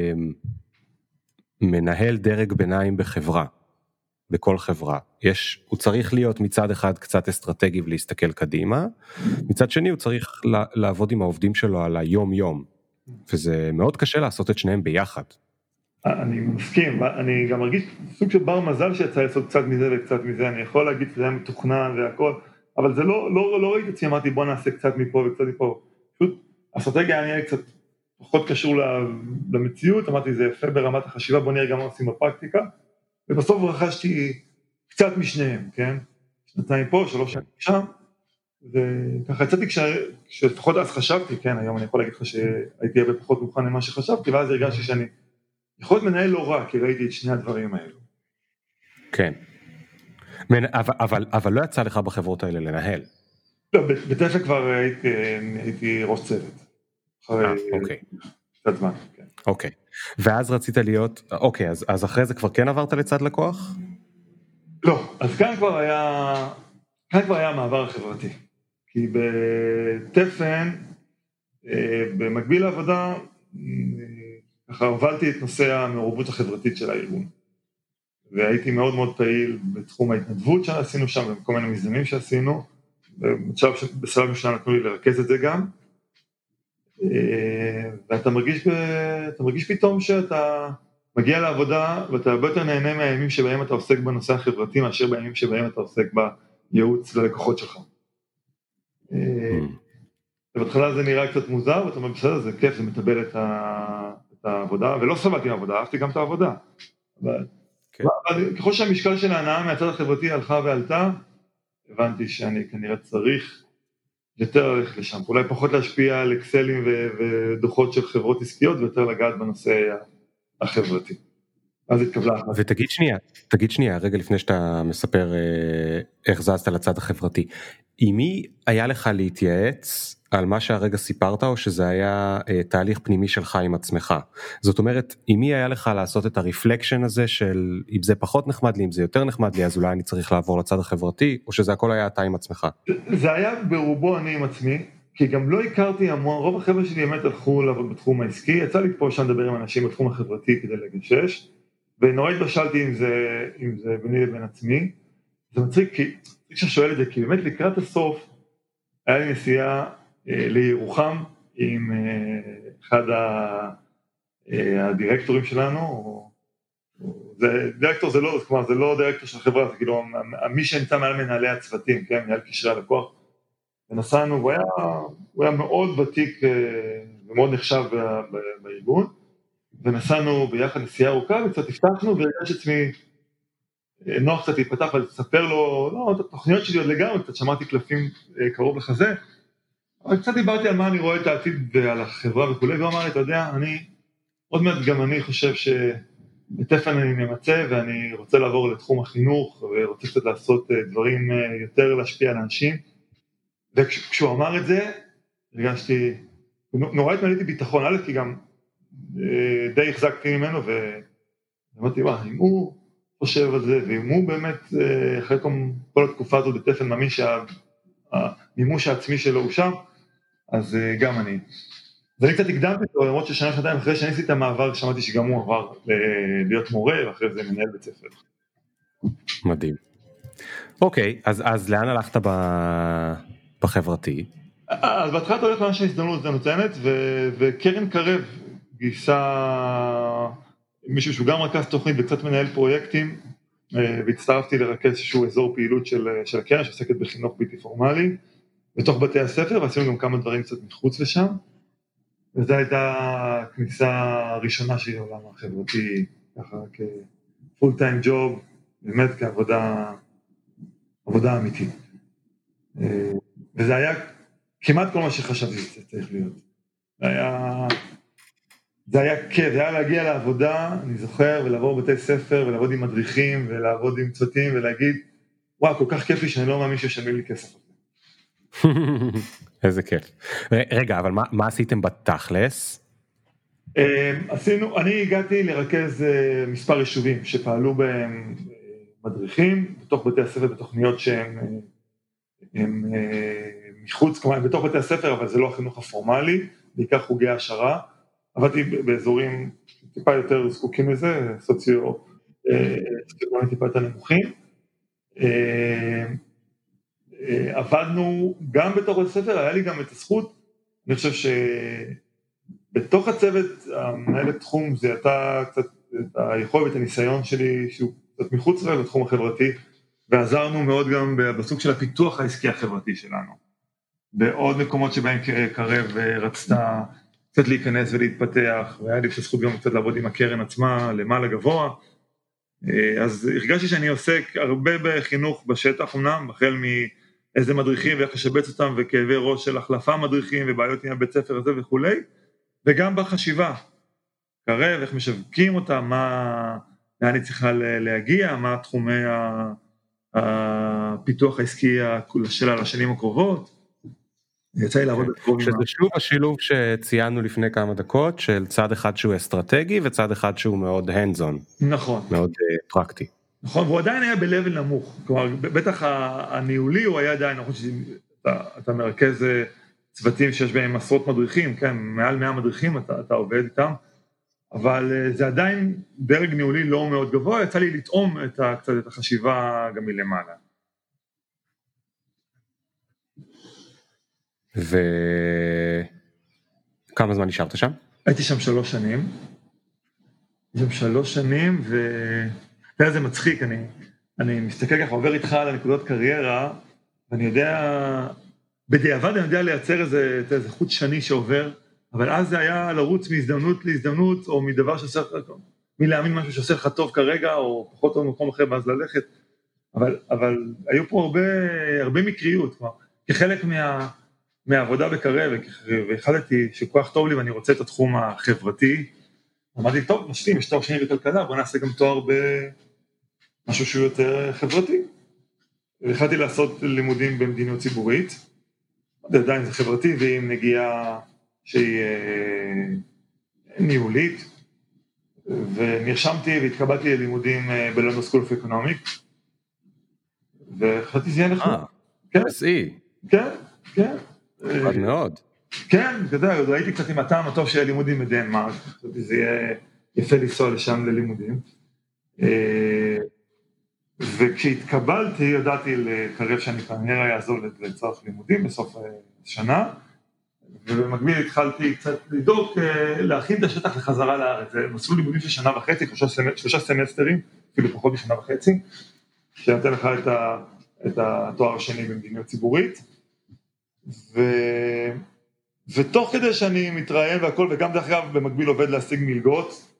מנהל דרג ביניים בחברה. בכל חברה. יש, הוא צריך להיות מצד אחד קצת אסטרטגי ולהסתכל קדימה, מצד שני הוא צריך לעבוד עם העובדים שלו על היום יום, וזה מאוד קשה לעשות את שניהם ביחד. אני מסכים, אני גם מרגיש סוג של בר מזל שיצא לעשות קצת מזה וקצת מזה, אני יכול להגיד שזה היה מתוכנן והכל, אבל זה לא, לא, לא ראיתי עצמי, אמרתי בוא נעשה קצת מפה וקצת מפה, פשוט האסטרטגיה היה נראה קצת פחות קשור למציאות, אמרתי זה יפה ברמת החשיבה, בוא נראה גם מה עושים בפרקטיקה, ובסוף רכשתי קצת משניהם, כן? שנתיים פה, שלוש שנים שם, וככה יצאתי כשלפחות אז חשבתי, כן, היום אני יכול להגיד לך שהייתי הרבה פחות מוכן למה שחשבתי, ואז הרגשתי שאני יכול להיות מנהל לא רע, כי ראיתי את שני הדברים האלו. כן. אבל, אבל, אבל לא יצא לך בחברות האלה לנהל. לא, בטפל כבר הייתי, הייתי ראש צוות. אחרי אוקיי. קצת זמן, כן. אוקיי. ואז רצית להיות, אוקיי, אז, אז אחרי זה כבר כן עברת לצד לקוח? לא, אז כאן כבר היה, כאן כבר היה המעבר החברתי. כי בטפן, במקביל לעבודה, ככה הובלתי את נושא המעורבות החברתית של הארגון. והייתי מאוד מאוד פעיל בתחום ההתנדבות שעשינו שם, ובכל מיני מיזמים שעשינו, ובשלב משנה נתנו לי לרכז את זה גם, ואתה מרגיש, אתה מרגיש פתאום שאתה מגיע לעבודה, ואתה הרבה יותר נהנה מהימים שבהם אתה עוסק בנושא החברתי, מאשר בימים שבהם אתה עוסק בייעוץ ללקוחות שלך. ובהתחלה זה נראה קצת מוזר, ואתה אומר, בסדר, זה כיף, זה מטבל את העבודה, ולא סבלתי מהעבודה, אהבתי גם את העבודה. אבל ככל שהמשקל של ההנאה מהצד החברתי הלכה ועלתה, הבנתי שאני כנראה צריך יותר ללכת לשם, אולי פחות להשפיע על אקסלים ודוחות של חברות עסקיות, ויותר לגעת בנושא החברתי. אז התקבלה. ותגיד שנייה, תגיד שנייה, רגע לפני שאתה מספר איך זזת לצד החברתי, עם מי היה לך להתייעץ על מה שהרגע סיפרת, או שזה היה תהליך פנימי שלך עם עצמך? זאת אומרת, עם מי היה לך לעשות את הרפלקשן הזה של אם זה פחות נחמד לי, אם זה יותר נחמד לי, אז אולי אני צריך לעבור לצד החברתי, או שזה הכל היה אתה עם עצמך? זה היה ברובו אני עם עצמי, כי גם לא הכרתי המון, רוב החבר'ה שלי באמת הלכו לעבוד בתחום העסקי, יצא לי פה שם לדבר עם אנשים בתחום החברתי כדי לגשש, ונורא התבשלתי עם זה, עם זה ביני לבין עצמי. זה מצחיק, כי כשאתה שואל את זה, כי באמת לקראת הסוף, היה לי נסיעה אה, לירוחם, עם אה, אחד ה, אה, הדירקטורים שלנו, או, או, זה, דירקטור זה לא, כלומר, זה לא דירקטור של החברה, זה כאילו, מי שנמצא מעל מנהלי הצוותים, כן, מנהל קשרי הלקוח, ונסענו, הוא היה, הוא היה מאוד ותיק, אה, ומאוד נחשב בארגון, ונסענו ביחד נסיעה ארוכה, וקצת הפתחנו, והרגש עצמי נוח קצת להתפתח, אבל תספר לו, לא, את התוכניות שלי עוד לגמרי, קצת שמעתי קלפים קרוב לחזה, אבל קצת דיברתי על מה אני רואה את העתיד ועל החברה וכו', והוא אמר לי, אתה יודע, אני, עוד מעט גם אני חושב שבטפן אני ממצא, ואני רוצה לעבור לתחום החינוך, ורוצה קצת לעשות דברים יותר להשפיע על אנשים, וכשהוא אמר את זה, הרגשתי, נורא התמלאתי ביטחון, א', כי גם די החזקתי ממנו, ואמרתי, וואה, אם הוא חושב על זה, ואם הוא באמת, אחרי כל התקופה הזאת בטפן, מאמין שהמימוש העצמי שלו הוא שם, אז גם אני. ואני קצת הקדמתי אותו, למרות ששנה שנתיים אחרי שאני עשיתי את המעבר, שמעתי שגם הוא עבר להיות מורה, ואחרי זה מנהל בית ספר. מדהים. אוקיי, אז, אז לאן הלכת בחברתי? אז בהתחלה אתה הולך לאן שההזדמנות זה נותנת, וקרן קרב גייסה מישהו שהוא גם רכז תוכנית וקצת מנהל פרויקטים, והצטרפתי לרכז איזשהו אזור פעילות של, של הקרן, שעוסקת בחינוך בלתי פורמלי, בתוך בתי הספר, ועשינו גם כמה דברים קצת מחוץ לשם, וזו הייתה הכניסה הראשונה שלי לעולם החברתי, ככה כפול טיים ג'וב, באמת כעבודה, עבודה אמיתית. וזה היה כמעט כל מה שחשבתי שזה צריך להיות. זה היה, זה היה כיף, זה היה להגיע לעבודה, אני זוכר, ולעבור בתי ספר, ולעבוד עם מדריכים, ולעבוד עם צוותים, ולהגיד, וואו, כל כך כיף לי שאני לא מאמין ששלמים לי כסף. איזה כיף. רגע, אבל מה, מה עשיתם בתכלס? עשינו, אני הגעתי לרכז מספר יישובים שפעלו בהם מדריכים, בתוך בתי הספר, בתוכניות שהם הם, מחוץ, כלומר, בתוך בתי הספר, אבל זה לא החינוך הפורמלי, בעיקר חוגי השערה. עבדתי באזורים טיפה יותר זקוקים לזה, סוציו, סוציו טיפה יותר נמוכים. עבדנו גם בתוך הספר, היה לי גם את הזכות, אני חושב שבתוך הצוות, המנהלת תחום, זה הייתה קצת את היכולת, את הניסיון שלי, שהוא קצת מחוץ לתחום החברתי, ועזרנו מאוד גם בסוג של הפיתוח העסקי החברתי שלנו. בעוד מקומות שבהם קרב רצתה קצת להיכנס ולהתפתח, והיה לי זכות גם קצת לעבוד עם הקרן עצמה למעלה גבוה, אז הרגשתי שאני עוסק הרבה בחינוך בשטח אמנם, החל מאיזה מדריכים ואיך לשבץ אותם, וכאבי ראש של החלפה מדריכים ובעיות עם הבית ספר הזה וכולי, וגם בחשיבה, קרב, איך משווקים אותה, מה, מה אני צריכה להגיע, מה תחומי הפיתוח העסקי שלה לשנים הקרובות, יצא לי לעבוד בתחום. שזה שוב השילוב שציינו לפני כמה דקות, של צד אחד שהוא אסטרטגי, וצד אחד שהוא מאוד hands on. נכון. מאוד פרקטי. נכון, והוא עדיין היה ב-level נמוך, כלומר, בטח הניהולי הוא היה עדיין, נכון שאתה מרכז צוותים שיש בהם עשרות מדריכים, כן, מעל מאה מדריכים אתה, אתה עובד איתם, אבל זה עדיין דרג ניהולי לא מאוד גבוה, יצא לי לטעום את ה, קצת את החשיבה גם מלמעלה. וכמה זמן נשארת שם? הייתי שם שלוש שנים, שם שלוש שנים, ואתה יודע, זה מצחיק, אני, אני מסתכל ככה, עובר איתך על הנקודות קריירה, ואני יודע, בדיעבד אני יודע לייצר איזה, איזה חוט שני שעובר, אבל אז זה היה לרוץ מהזדמנות להזדמנות, או מדבר שעושה לך, מלהאמין משהו שעושה לך טוב כרגע, או פחות טוב במקום אחר, ואז ללכת, אבל, אבל היו פה הרבה, הרבה מקריות, כלומר, כחלק מה, מהעבודה בקרב, והחלטתי שכל כך טוב לי, ואני רוצה את התחום החברתי, אמרתי, טוב, משלים, יש תואר שני בכלכלה, בוא נעשה גם תואר במשהו שהוא יותר חברתי. והחלטתי לעשות לימודים במדיניות ציבורית, עדיין זה חברתי, ועם נגיעה שהיא ניהולית, ונרשמתי והתקבלתי ללימודים בלונדון סקול אוף אקונומיקס, והחלטתי זה יהיה נכון. אה, אס-אי. כן, כן. מאוד מאוד. כן, אתה יודע, ראיתי קצת עם הטעם הטוב של הלימודים בדנמרק, חשבתי זה יהיה יפה לנסוע לשם ללימודים. וכשהתקבלתי, ידעתי לקרב שאני כנראה יעזוב לצורך לימודים בסוף השנה, ובמקביל התחלתי קצת לדאוג להכין את השטח לחזרה לארץ. זה מסלול לימודים של שנה וחצי, שלושה סמסטרים, אפילו פחות משנה וחצי, שנתן לך את, ה, את התואר השני במדיניות ציבורית, ו... ותוך כדי שאני מתראיין והכל, וגם דרך אגב במקביל עובד להשיג מלגות,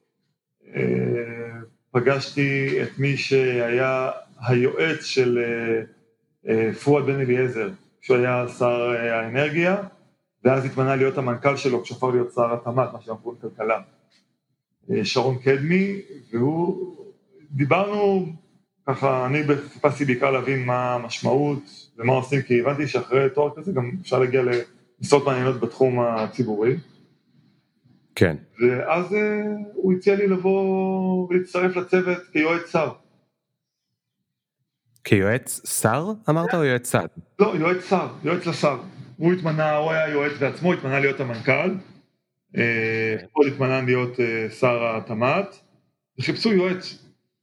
פגשתי את מי שהיה היועץ של פואד בן אליעזר, שהוא היה שר האנרגיה, ואז התמנה להיות המנכ"ל שלו, כשהפך להיות שר התמ"ת, מה שאמרו לכלכלה, שרון קדמי, והוא, דיברנו ככה, אני חיפשתי בעיקר להבין מה המשמעות ומה עושים, כי הבנתי שאחרי תואר כזה גם אפשר להגיע למשרות מעניינות בתחום הציבורי. כן. ואז uh, הוא הציע לי לבוא ולהצטרף לצוות כיועץ שר. כיועץ שר אמרת או יועץ שר? לא, יועץ שר, יועץ לשר. הוא התמנה, הוא היה יועץ בעצמו, התמנה להיות המנכ"ל, הוא התמנה להיות שר התמ"ת, וחיפשו יועץ.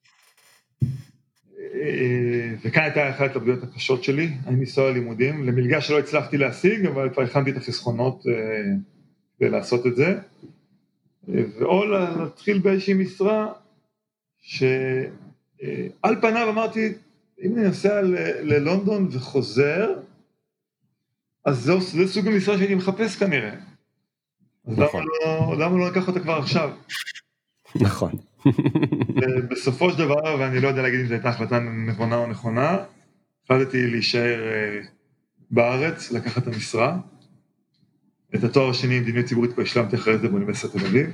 וכאן הייתה אחת הפגיעות הקשות שלי, אני ניסוע ללימודים, למלגה שלא הצלחתי להשיג, אבל כבר הכנתי את החסכונות ולעשות את זה. ואו להתחיל באיזושהי משרה, שעל פניו אמרתי, אם אני נוסע ללונדון וחוזר, אז זה, זה סוג המשרה שהייתי מחפש כנראה. אז נכון. למה, לא, למה לא לקח אותה כבר עכשיו? נכון. בסופו של דבר, ואני לא יודע להגיד אם זו הייתה החלטה נכונה או נכונה, החלטתי להישאר בארץ, לקחת את המשרה, את התואר השני עם מדיניות ציבורית כבר השלמתי אחרי זה באוניברסיטת תל אביב,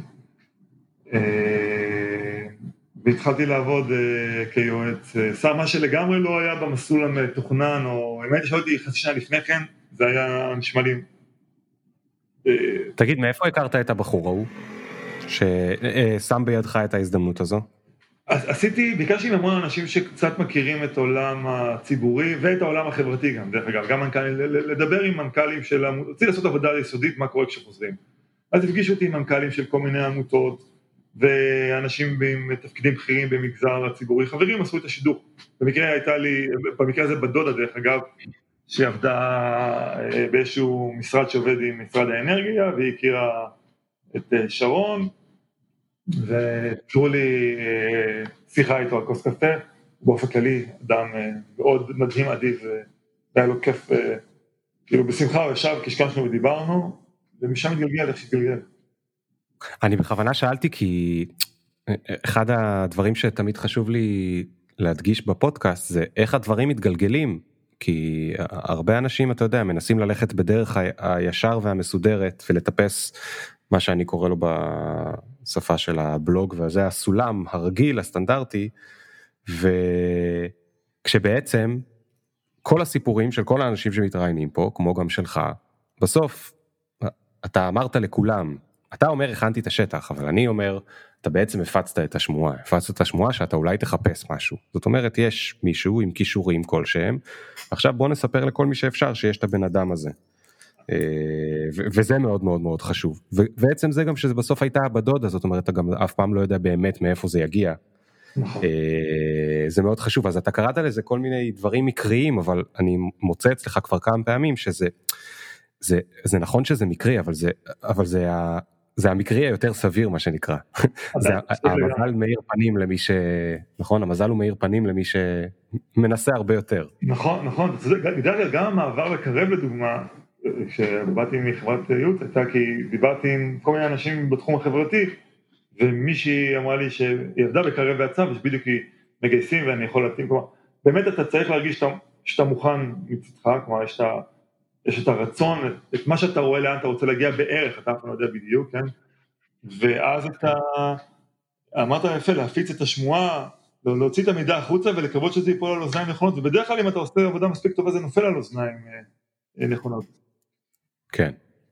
והתחלתי לעבוד כיועץ שר, מה שלגמרי לא היה במסלול המתוכנן, או אם הייתי שאלתי חצי שנה לפני כן, זה היה נשמע לי. תגיד, מאיפה הכרת את הבחור ההוא, ששם בידך את ההזדמנות הזו? אז עשיתי, ביקשתי מהמון אנשים שקצת מכירים את העולם הציבורי ואת העולם החברתי גם, דרך אגב, גם מנכ"לים, לדבר עם מנכ"לים של, רציתי לעשות עבודה יסודית, מה קורה כשחוזרים. אז הפגישו אותי עם מנכ"לים של כל מיני עמותות, ואנשים עם תפקידים בכירים במגזר הציבורי, חברים עשו את השידוך. במקרה הייתה לי, במקרה הזה בדודה דרך אגב, שעבדה באיזשהו משרד שעובד עם משרד האנרגיה, והיא הכירה את שרון, וקראו לי שיחה איתו על כוס קפה, באופן כללי, אדם מאוד מדהים, אדיב, והיה לו כיף, כאילו בשמחה הוא ישב, קשקשנו ודיברנו, ומשם התגלגל, איך שהתגלגל. אני בכוונה שאלתי כי אחד הדברים שתמיד חשוב לי להדגיש בפודקאסט זה איך הדברים מתגלגלים, כי הרבה אנשים, אתה יודע, מנסים ללכת בדרך הישר והמסודרת ולטפס מה שאני קורא לו בשפה של הבלוג, וזה הסולם הרגיל, הסטנדרטי, וכשבעצם כל הסיפורים של כל האנשים שמתראיינים פה, כמו גם שלך, בסוף אתה אמרת לכולם, אתה אומר הכנתי את השטח, אבל אני אומר, אתה בעצם הפצת את השמועה, הפצת את השמועה שאתה אולי תחפש משהו. זאת אומרת, יש מישהו עם כישורים כלשהם, עכשיו בוא נספר לכל מי שאפשר שיש את הבן אדם הזה. וזה מאוד מאוד מאוד חשוב. ובעצם זה גם שזה בסוף הייתה בדודה, זאת אומרת, אתה גם אף פעם לא יודע באמת מאיפה זה יגיע. זה מאוד חשוב, אז אתה קראת לזה כל מיני דברים מקריים, אבל אני מוצא אצלך כבר כמה פעמים שזה, זה, זה נכון שזה מקרי, אבל זה, אבל זה ה... זה המקרי היותר סביר מה שנקרא, זה המזל מאיר פנים למי ש... נכון, המזל הוא מאיר פנים למי שמנסה הרבה יותר. נכון, נכון, גם המעבר לקרב לדוגמה, כשבאתי מחברת ייעוץ, הייתה כי דיברתי עם כל מיני אנשים בתחום החברתי, ומישהי אמרה לי שהיא עבדה בקרב ועצב, שבדיוק היא מגייסים ואני יכול להתאים, כלומר, באמת אתה צריך להרגיש שאתה מוכן מצדך, כלומר יש את ה... יש את הרצון, את מה שאתה רואה לאן אתה רוצה להגיע בערך, אתה אף לא יודע בדיוק, כן? ואז אתה, אמרת יפה, להפיץ את השמועה, להוציא את המידע החוצה ולקוות שזה ייפול על אוזניים נכונות, ובדרך כלל אם אתה עושה עבודה מספיק טובה, זה נופל על אוזניים נכונות. כן.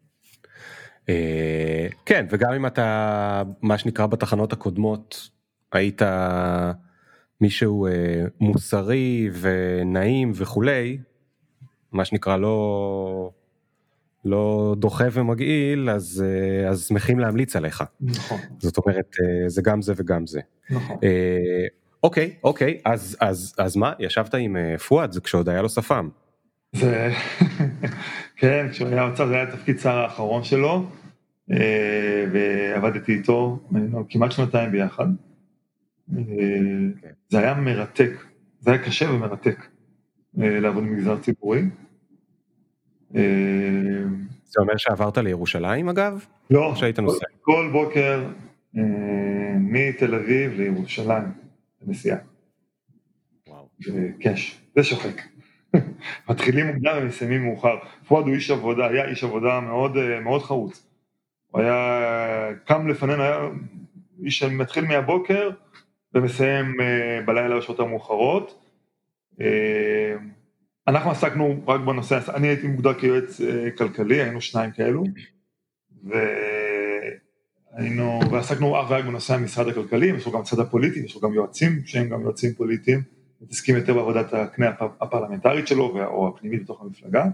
כן, וגם אם אתה, מה שנקרא בתחנות הקודמות, היית מישהו מוסרי ונעים וכולי, מה שנקרא לא, לא דוחה ומגעיל, אז, אז שמחים להמליץ עליך. נכון. זאת אומרת, זה גם זה וגם זה. נכון. אוקיי, אוקיי, אז, אז, אז מה? ישבת עם פואד, זה כשעוד היה לו שפם. זה, כן, כשהוא היה אוצר, זה היה תפקיד שר האחרון שלו, ועבדתי איתו, כמעט שנתיים ביחד. זה היה מרתק, זה היה קשה ומרתק. לעבוד במגזר ציבורי. זה אומר שעברת לירושלים אגב? לא, שהיית נוסע? כל בוקר מתל אביב לירושלים, בנסיעה. וואו. קש, זה שוחק. מתחילים מוקדם ומסיימים מאוחר. פואד הוא איש עבודה, היה איש עבודה מאוד, מאוד חרוץ. הוא היה קם לפנינו, היה איש שמתחיל מהבוקר ומסיים בלילה בשעות המאוחרות. אנחנו עסקנו רק בנושא, אני הייתי מוגדר כיועץ כלכלי, היינו שניים כאלו, והיינו, ועסקנו אך ורק בנושא המשרד הכלכלי, יש לו גם צד הפוליטי, יש לו גם יועצים, שהם גם יועצים פוליטיים, מתעסקים יותר בעבודת הקנה הפרלמנטרית שלו, או הפנימית בתוך המפלגה,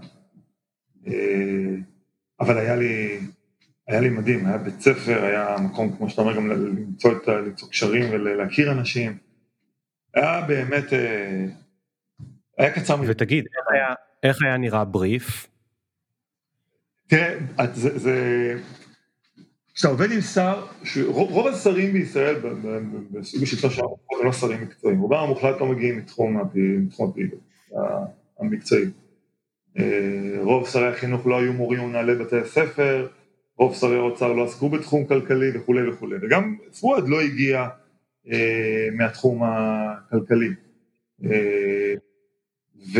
אבל היה לי, היה לי מדהים, היה בית ספר, היה מקום, כמו שאתה אומר, גם למצוא את, למצוא קשרים ולהכיר אנשים, היה באמת, היה קצר מזה. ותגיד, איך היה, איך היה נראה בריף? תראה, זה, זה, כשאתה עובד עם שר, רוב השרים בישראל, בסוג השלטון שלנו, הם לא שרים מקצועיים, רובם המוחלט לא מגיעים מתחום הפעילות המקצועי. רוב שרי החינוך לא היו מורים ומנהלי בתי הספר, רוב שרי האוצר לא עסקו בתחום כלכלי וכו' וכו'. וגם פואד לא הגיע מהתחום הכלכלי. ו...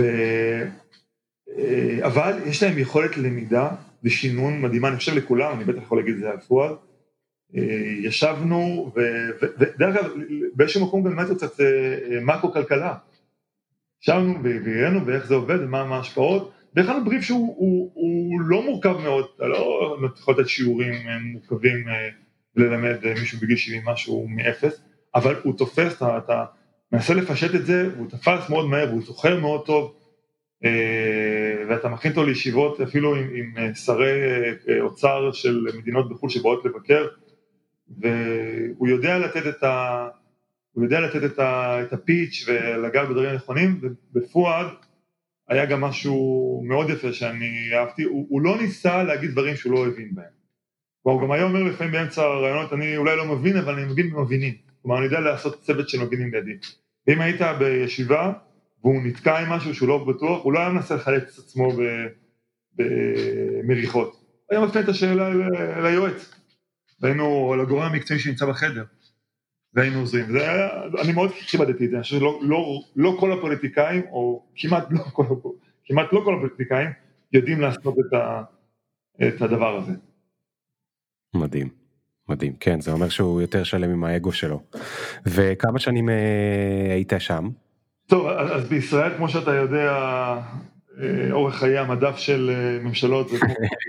אבל יש להם יכולת למידה ושינון מדהימה, אני חושב לכולם, אני בטח יכול להגיד את זה על פואד, ישבנו, ודרך כלל באיזשהו מקום גם למדתי קצת מקרו-כלכלה, ישבנו והראינו ואיך זה עובד ומה ההשפעות, והכנו בריף שהוא הוא, הוא לא מורכב מאוד, אתה לא יכול לתת שיעורים מורכבים ללמד מישהו בגיל שבעים משהו מאפס, אבל הוא תופס, אתה, אתה מנסה לפשט את זה, והוא תפס מאוד מהר, והוא זוכר מאוד טוב, ואתה מכין אותו לישיבות אפילו עם, עם שרי אוצר של מדינות בחו"ל שבאות לבקר, והוא יודע לתת את ה... הוא יודע לתת את, ה, את הפיץ' ולגע בדברים הנכונים, ובפואד היה גם משהו מאוד יפה שאני אהבתי, הוא, הוא לא ניסה להגיד דברים שהוא לא הבין בהם. הוא גם היה אומר לפעמים באמצע הרעיונות, אני אולי לא מבין, אבל אני מבין במבינים. כלומר, אני יודע לעשות צוות של מבינים בידי. אם היית בישיבה, והוא נתקע עם משהו שהוא לא בטוח, הוא לא היה מנסה לחלץ את עצמו במריחות. הוא היה מפנה את השאלה ליועץ, והיינו, או לגורם המקצועי שנמצא בחדר, והיינו עוזרים. אני מאוד כיבדתי את זה, אני חושב שלא לא, לא כל הפוליטיקאים, או כמעט לא כל, כמעט לא כל הפוליטיקאים, יודעים לעשות את, ה, את הדבר הזה. מדהים, מדהים, כן, זה אומר שהוא יותר שלם עם האגו שלו. וכמה שנים היית שם? טוב, אז בישראל, כמו שאתה יודע, אורך חיי המדף של ממשלות, זה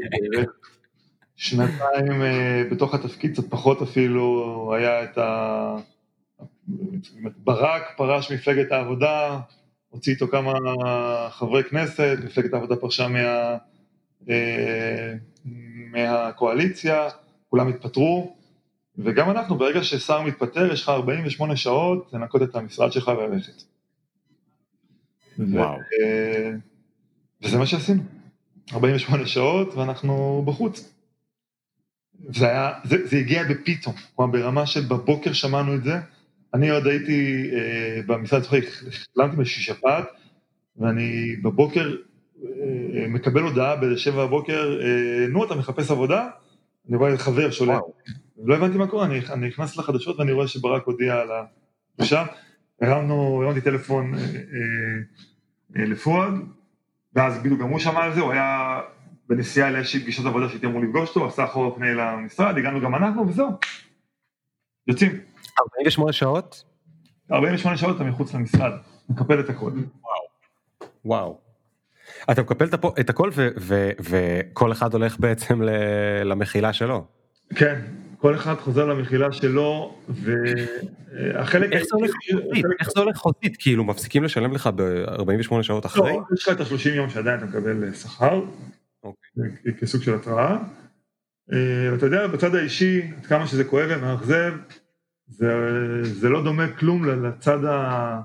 שנתיים בתוך התפקיד, קצת פחות אפילו, היה את ה... ברק פרש מפלגת העבודה, הוציא איתו כמה חברי כנסת, מפלגת העבודה פרשה מה... מהקואליציה, כולם התפטרו, וגם אנחנו, ברגע ששר מתפטר, יש לך ארבעים ושמונה שעות לנקות את המשרד שלך וללכת. וואו. ו... וזה מה שעשינו, ארבעים ושמונה שעות ואנחנו בחוץ. זה, היה, זה, זה הגיע בפתאום, כלומר ברמה של בבוקר שמענו את זה, אני עוד הייתי אה, במשרד צוחק, החלמתי בשפעת, ואני בבוקר אה, מקבל הודעה בשבע בבוקר, אה, נו אתה מחפש עבודה, אני רואה חבר שולח, לא הבנתי מה קורה, אני, אני נכנס לחדשות ואני רואה שברק הודיע על הפרישה, הרמנו, הרמתי טלפון אה, אה, לפועד, ואז בדיוק גם הוא שמע על זה, הוא היה בנסיעה לאיזושהי פגישת עבודה שהייתי אמור לפגוש אותו, עשה אחורה פני למשרד, הגענו גם אנחנו וזהו, יוצאים. ארבעים ושמונה שעות? ארבעים ושמונה שעות אתה מחוץ למשרד, מקפל את הכל. וואו, וואו. אתה מקפל את הכל וכל אחד הולך בעצם למחילה שלו. כן, כל אחד חוזר למחילה שלו, והחלק... איך זה הולך חוזית? כאילו מפסיקים לשלם לך ב-ארבעים ושמונה שעות אחרי? לא, יש לך את ה-שלושים יום שעדיין אתה מקבל שכר, כסוג של התראה. ואתה יודע, בצד האישי, עד כמה שזה כואב ומאכזב, זה לא דומה כלום לצד ה...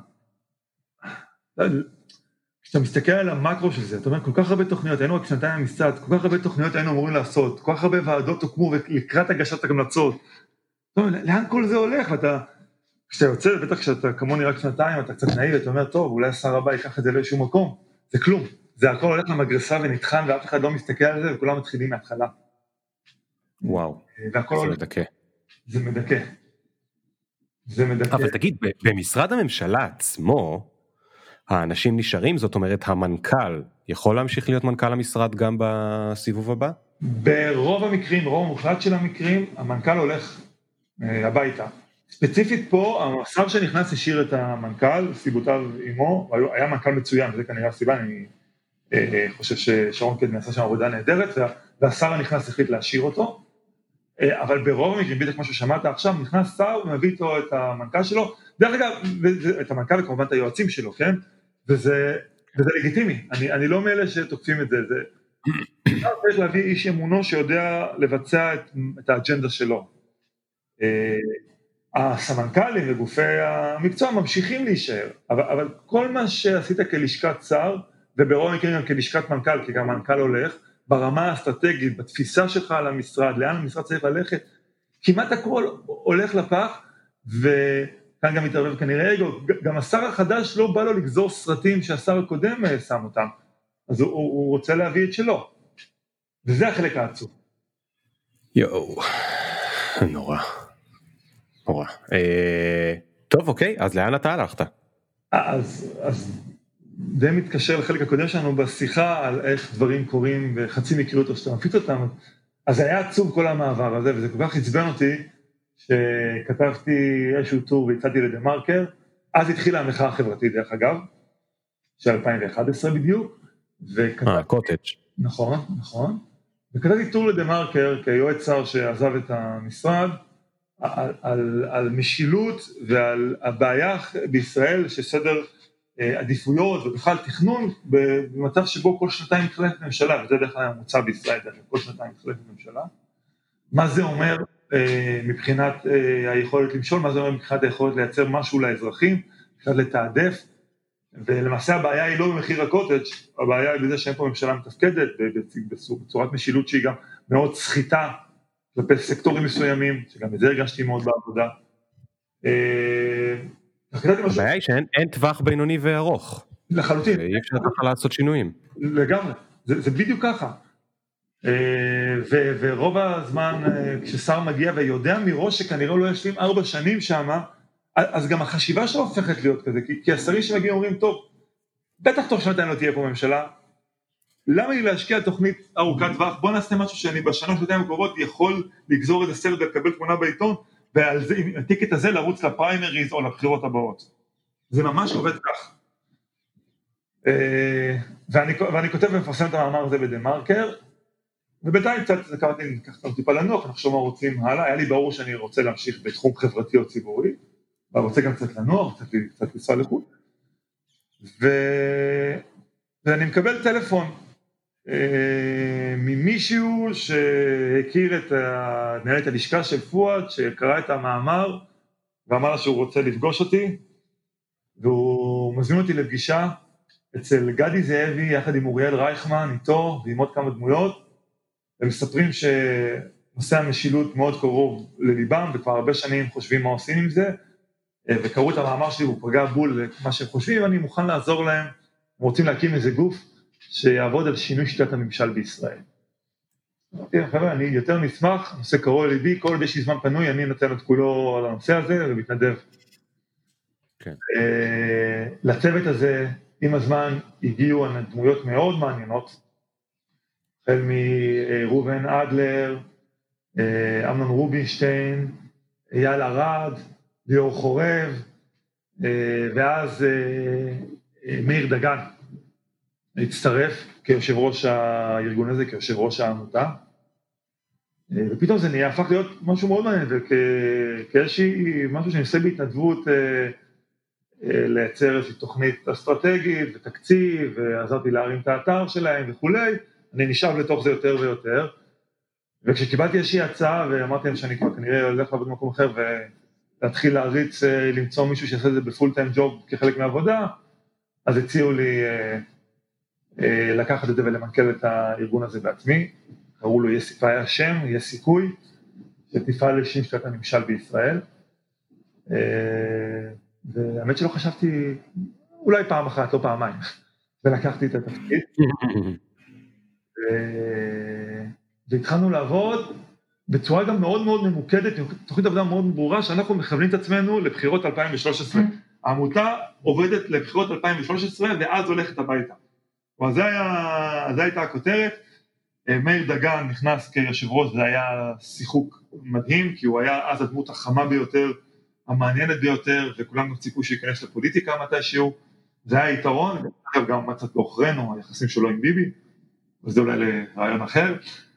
כשאתה מסתכל על המקרו של זה, אתה אומר, כל כך הרבה תוכניות, היינו רק שנתיים במשרד, כל כך הרבה תוכניות היינו אמורים לעשות, כל כך הרבה ועדות הוקמו ולקראת הגשת המלצות. לאן כל זה הולך? ואתה, כשאתה יוצא, בטח כשאתה כמוני רק שנתיים, אתה קצת נאיב, אתה אומר, טוב, אולי השר הבא ייקח את זה לאיזשהו מקום. זה כלום. זה הכל הולך למגרסה ונטחן, ואף אחד לא מסתכל על זה, וכולם מתחילים מההתחלה. וואו, זה מדכא. זה מדכא. זה מדכא. אבל תגיד, במשרד הממשלה עצמו, האנשים נשארים, זאת אומרת, המנכ"ל יכול להמשיך להיות מנכ"ל המשרד גם בסיבוב הבא? ברוב המקרים, ברוב המוחלט של המקרים, המנכ"ל הולך הביתה. ספציפית פה, השר שנכנס השאיר את המנכ"ל, סיבותיו עמו, היה מנכ"ל מצוין, וזה כנראה הסיבה, אני חושב ששרון קדמי עשה שם עבודה נהדרת, והשר הנכנס החליט להשאיר אותו, אבל ברוב המקרים, בדיוק כמו ששמעת עכשיו, נכנס שר ומביא איתו את המנכ"ל שלו, דרך אגב, את המנכ"ל וכמובן את היועצים שלו, כן? וזה, וזה לגיטימי, אני, אני לא מאלה שתוקפים את זה, זה צריך להביא איש אמונו שיודע לבצע את, את האג'נדה שלו. הסמנכ"לים וגופי המקצוע ממשיכים להישאר, אבל, אבל כל מה שעשית כלשכת שר, וברוב המקרים גם כלשכת מנכ"ל, כי גם מנכ"ל הולך, ברמה האסטרטגית, בתפיסה שלך על המשרד, לאן המשרד צריך ללכת, כמעט הכל הולך לפח, וכאן גם מתערבב כנראה אגו, גם השר החדש לא בא לו לגזור סרטים שהשר הקודם שם אותם, אז הוא, הוא רוצה להביא את שלו, וזה החלק העצוב. יואו, נורא, נורא. אה, טוב, אוקיי, אז לאן אתה הלכת? אז, אז זה מתקשר לחלק הקודם שלנו בשיחה על איך דברים קורים וחצי מקרי אותו שאתה מפיץ אותם, אז זה היה עצוב כל המעבר הזה, וזה כל כך עצבן אותי, שכתבתי איזשהו טור והצעתי לדמרקר, אז התחילה המחאה החברתית דרך אגב, של אלפיים ואחת עשרה בדיוק, אה, קוטג'. נכון, נכון, וכתבתי טור לדמרקר כיועץ שר שעזב את המשרד, על, על, על משילות ועל הבעיה בישראל שסדר עדיפויות ובכלל תכנון במצב שבו כל שנתיים מתחלפת ממשלה, וזה דרך המוצא בישראל, כל שנתיים מתחלפת ממשלה. מה זה אומר מבחינת היכולת למשול, מה זה אומר מבחינת היכולת לייצר משהו לאזרחים, מבחינת לתעדף, ולמעשה הבעיה היא לא במחיר הקוטג', הבעיה היא בזה שאין פה ממשלה מתפקדת, בצורת משילות שהיא גם מאוד סחיטה, כלפי סקטורים מסוימים, שגם את זה הרגשתי מאוד בעבודה. הבעיה היא שאין טווח בינוני וארוך. לחלוטין. אי אפשר ככה לעשות שינויים. לגמרי, זה, זה בדיוק ככה. ו, ורוב הזמן כששר מגיע ויודע מראש שכנראה לא ישלים ארבע שנים שמה, אז גם החשיבה שלו הופכת להיות כזה, כי, כי השרים שמגיעים אומרים, טוב, בטח תוך שנתיים לא תהיה פה ממשלה, למה לי להשקיע תוכנית ארוכת טווח? בוא נעשה משהו שאני בשנה שנתיים הקרובות יכול לגזור איזה סרט ולקבל תמונה בעיתון, ועל זה, עם הטיקט הזה לרוץ לפריימריז או לבחירות הבאות. זה ממש עובד כך. ואני, ואני כותב ומפרסם את המאמר הזה בדה-מרקר, ובינתיים קצת קראתי, לקחת טיפה לנוח, נחשוב מה רוצים הלאה, היה לי ברור שאני רוצה להמשיך בתחום חברתי או ציבורי, ואני רוצה גם קצת לנוח, קצת, קצת לנסוע לחו"ל, ו... ואני מקבל טלפון אה, ממישהו שהכיר את מנהלת הלשכה של פואד, שקרא את המאמר, ואמר לה שהוא רוצה לפגוש אותי, והוא מזמין אותי לפגישה אצל גדי זאבי, יחד עם אוריאל רייכמן, איתו, ועם עוד כמה דמויות, הם מספרים שנושא המשילות מאוד קרוב לליבם, וכבר הרבה שנים חושבים מה עושים עם זה, וקראו את המאמר שלי, הוא פגע בול מה שהם חושבים, ואני מוכן לעזור להם, הם רוצים להקים איזה גוף שיעבוד על שינוי שיטת הממשל בישראל. חבר'ה, אני יותר נשמח, נושא קרוב לליבי, כל עוד יש לי זמן פנוי, אני נותן את כולו על הנושא הזה, ומתנדב. כן. לצוות הזה, עם הזמן, הגיעו דמויות מאוד מעניינות, החל מרובן אדלר, אמנון רובינשטיין, אייל ארד, ליאור חורב, ואז מאיר דגן הצטרף כיושב ראש הארגון הזה, כיושב ראש העמותה, ופתאום זה נהיה, הפך להיות משהו מאוד מעניין, וכאיזושהי משהו שאני עושה בהתנדבות, לייצר איזושהי תוכנית אסטרטגית ותקציב, ועזרתי להרים את האתר שלהם וכולי, אני נשאב לתוך זה יותר ויותר, וכשקיבלתי איזושהי הצעה ואמרתי להם שאני כבר כנראה הולך לעבוד במקום אחר ולהתחיל להריץ, למצוא מישהו שיעשה את זה בפול טיים ג'וב כחלק מהעבודה, אז הציעו לי לקחת את זה ולמנכ"ל את הארגון הזה בעצמי, קראו לו יש השם, יש סיכוי, שתפעל לשינוי שיטת הממשל בישראל, והאמת שלא חשבתי, אולי פעם אחת, לא פעמיים, ולקחתי את התפקיד, והתחלנו לעבוד בצורה גם מאוד מאוד ממוקדת, תוכנית עבודה מאוד ברורה, שאנחנו מכוונים את עצמנו לבחירות אלפיים ושלוש עשרה. העמותה עובדת לבחירות אלפיים ושלוש עשרה, ואז הולכת הביתה. אז זו הייתה הכותרת, מאיר דגן נכנס כיושב ראש, זה היה שיחוק מדהים, כי הוא היה אז הדמות החמה ביותר, המעניינת ביותר, וכולם ציפו שייכנס לפוליטיקה מתישהו, זה היה יתרון, גם מצאת באוכרנו, היחסים שלו עם ביבי, וזה אולי לרעיון אחר,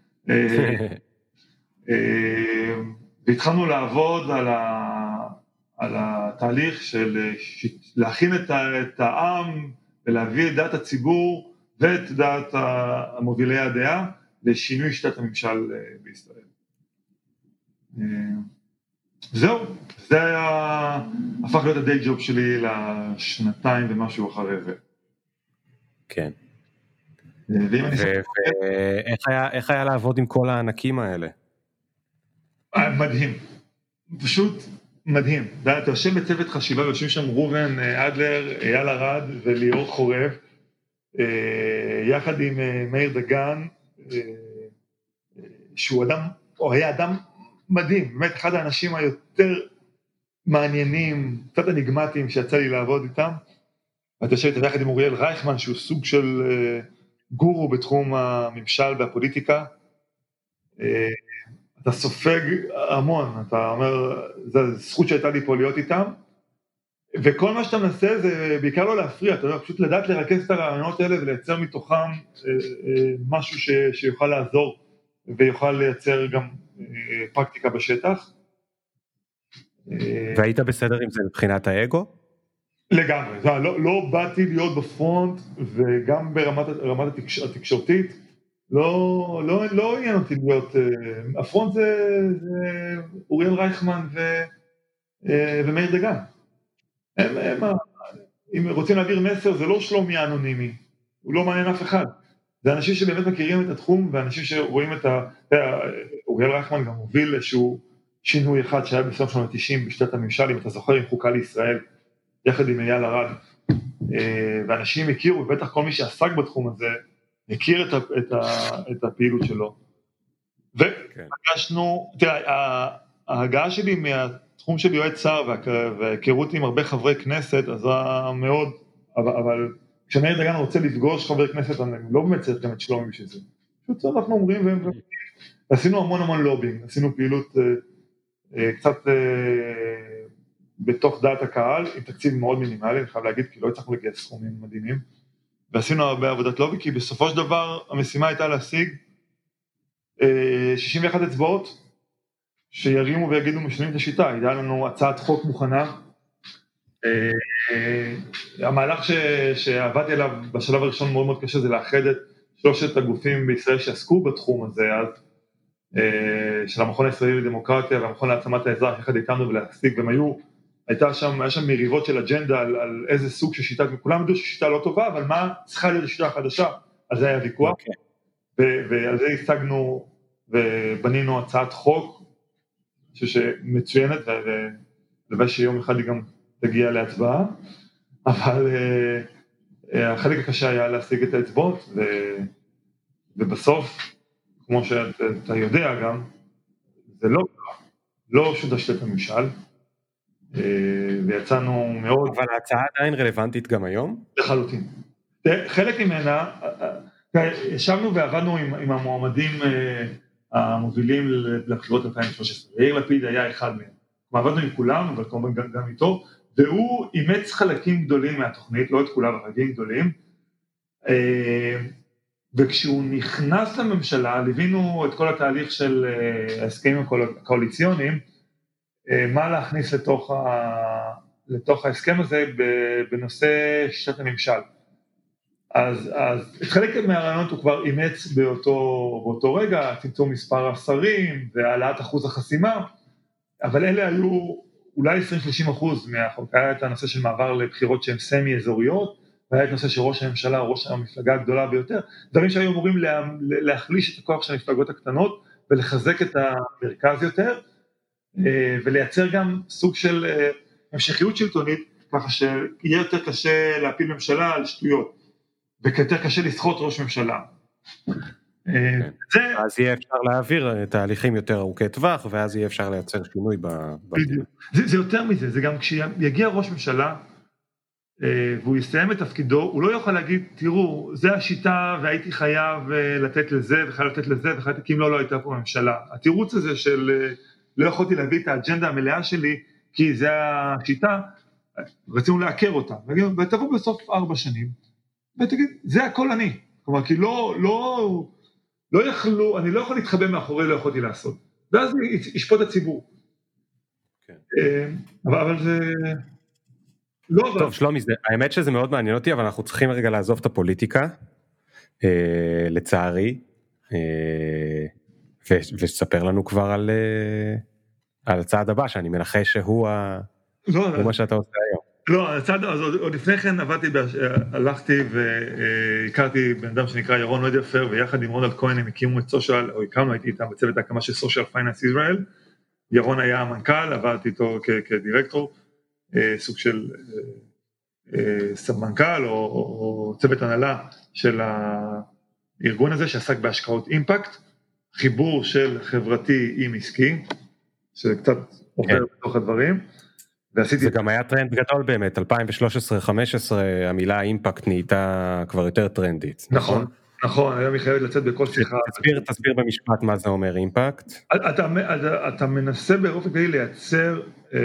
והתחלנו לעבוד על, ה, על התהליך של להכין את, את העם, ולהביא את דעת הציבור, ואת דעת המובילי הדעה, לשינוי שיטת הממשל בישראל. זהו, זה היה, הפך להיות הדיי ג'וב שלי לשנתיים ומשהו אחרי זה. כן. ואיך היה לעבוד עם כל הענקים האלה? מדהים, פשוט מדהים. אתה יושב בצוות חשיבה, ויושבים שם רובן אדלר, אייל ארד וליאור חורב, יחד עם מאיר דגן, שהוא אדם, או היה אדם מדהים, באמת אחד האנשים היותר מעניינים, קצת אניגמטיים שיצא לי לעבוד איתם, ואתה יושבת יחד עם אוריאל רייכמן, שהוא סוג של גורו בתחום הממשל והפוליטיקה, אתה סופג המון, אתה אומר, זו זכות שהייתה לי פה להיות איתם, וכל מה שאתה מנסה זה בעיקר לא להפריע, אתה יודע, פשוט לדעת לרכז את הרעיונות האלה ולייצר מתוכם משהו ש, שיוכל לעזור ויוכל לייצר גם פרקטיקה בשטח. והיית בסדר עם זה מבחינת האגו? לגמרי, לא, לא באתי להיות בפרונט, וגם ברמת רמת התקש, התקשורתית, לא, לא, לא עניין אותי להיות, הפרונט זה, זה אוריאל רייכמן ו, ומאיר דגן. הם, הם, אם רוצים להעביר מסר, זה לא שלומי אנונימי, הוא לא מעניין אף אחד. זה אנשים שבאמת מכירים את התחום, ואנשים שרואים את ה... אוריאל רייכמן גם הוביל איזשהו שינוי אחד שהיה בסוף שנות ה-תשעים בשיטת הממשל, אם אתה זוכר, עם חוקה לישראל, יחד עם אייל ארד, ואנשים הכירו, ובטח כל מי שעסק בתחום הזה, הכיר את, ה, את, ה, את הפעילות שלו. ופגשנו, תראה, ההגעה שלי מהתחום של יועץ שר, והכירות עם הרבה חברי כנסת, אז זה מאוד, אבל, אבל כשמאיר דגן רוצה לפגוש חבר כנסת, אני לא באמת צריך גם את שלומי בשביל זה. פשוט אנחנו אומרים, ועשינו המון המון לובינג, עשינו פעילות קצת בתוך דעת הקהל, עם תקציב מאוד מינימלי, אני חייב להגיד, כי לא הצלחנו לגייס סכומים מדהימים, ועשינו הרבה עבודת לובי, כי בסופו של דבר המשימה הייתה להשיג שישים ואחת אצבעות, שירימו ויגידו משנים את השיטה, הייתה לנו הצעת חוק מוכנה, המהלך שעבדתי עליו בשלב הראשון מאוד מאוד קשה, זה לאחד את שלושת הגופים בישראל שעסקו בתחום הזה, אז של המכון הישראלי לדמוקרטיה והמכון להעצמת האזרח יחד איתנו ולהשיג, והם היו, הייתה שם, היה שם מריבות של אג'נדה על, על איזה סוג של שיטה, וכולם ידעו ששיטה לא טובה, אבל מה צריכה להיות השיטה החדשה, על זה היה ויכוח, okay. ו- ועל זה השגנו ובנינו הצעת חוק, שמצוינת, ולוודא שיום אחד היא גם תגיע להצבעה, אבל uh, החלק הקשה היה להשיג את האצבעות, ו- ובסוף, כמו שאתה יודע גם, זה לא, לא שודשת את הממשל, ויצאנו מאוד... אבל ההצעה עדיין רלוונטית גם היום? לחלוטין. חלק ממנה, ישבנו ועבדנו עם, עם המועמדים המובילים לבחירות אלפיים ושלוש עשרה, יאיר לפיד היה אחד מהם. עבדנו עם כולם, אבל כמובן גם, גם איתו, והוא אימץ חלקים גדולים מהתוכנית, לא את כולם, אבל חלקים גדולים, וכשהוא נכנס לממשלה, ליווינו את כל התהליך של ההסכמים הקואליציוניים, מה להכניס לתוך, ה... לתוך ההסכם הזה בנושא שיטת הממשל. אז, אז את חלק מהרעיונות הוא כבר אימץ באותו, באותו רגע, צמצום מספר השרים והעלאת אחוז החסימה, אבל אלה היו אולי עשרים שלושים אחוז מהחוק, היה את הנושא של מעבר לבחירות שהן סמי אזוריות, והיה את נושא של ראש הממשלה, ראש המפלגה הגדולה ביותר, דברים שהיו אמורים לה, להחליש את הכוח של המפלגות הקטנות, ולחזק את המרכז יותר, ולייצר גם סוג של המשכיות שלטונית, ככה שיהיה יותר קשה להפיל ממשלה על שטויות, ויותר קשה לסחוט ראש ממשלה. אז יהיה אפשר להעביר תהליכים יותר ארוכי טווח, ואז יהיה אפשר לייצר שינוי במדינה. זה יותר מזה, זה גם כשיגיע ראש ממשלה, והוא יסיים את תפקידו, הוא לא יוכל להגיד, תראו, זה השיטה והייתי חייב לתת לזה וחייב לתת לזה, כי אם לא, לא הייתה פה ממשלה. התירוץ הזה של לא יכולתי להביא את האג'נדה המלאה שלי, כי זה השיטה, רצינו להכר אותה, ותבוא בסוף ארבע שנים, ותגיד, זה הכל אני. כלומר, כי לא, לא, לא יכלו, אני לא יכול להתחבא מאחורי, לא יכולתי לעשות. ואז ישפוט הציבור. כן. אבל, אבל זה... לא, טוב, שלומי, האמת שזה מאוד מעניין אותי, אבל אנחנו צריכים רגע לעזוב את הפוליטיקה, לצערי, ושתספר לנו כבר על, על הצעד הבא, שאני מנחש שהוא לא, מה שאתה עושה היום. לא, הצעד, אז עוד לפני כן עבדתי, הלכתי והכרתי בן אדם שנקרא ירון נוידפר, ויחד עם רונלד כהן הם הקימו את סושיאל, או הקמנו, הייתי איתם בצוות ההקמה של סושיאל פייננס ישראל, ירון היה המנכ"ל, עבדתי איתו כדירקטור, סוג של סמנכ"ל או, או צוות הנהלה של הארגון הזה שעסק בהשקעות אימפקט, חיבור של חברתי עם עסקי, שקצת עובר כן. בתוך הדברים. ועשיתי... זה גם היה טרנד גדול באמת, אלפיים ושלוש עשרה חמש עשרה המילה אימפקט נהייתה כבר יותר טרנדית. נכון, נכון, היה מחייבת לצאת בכל שיחה. תסביר, תסביר במשפט מה זה אומר אימפקט. אתה, אתה, אתה מנסה באופן כללי לייצר...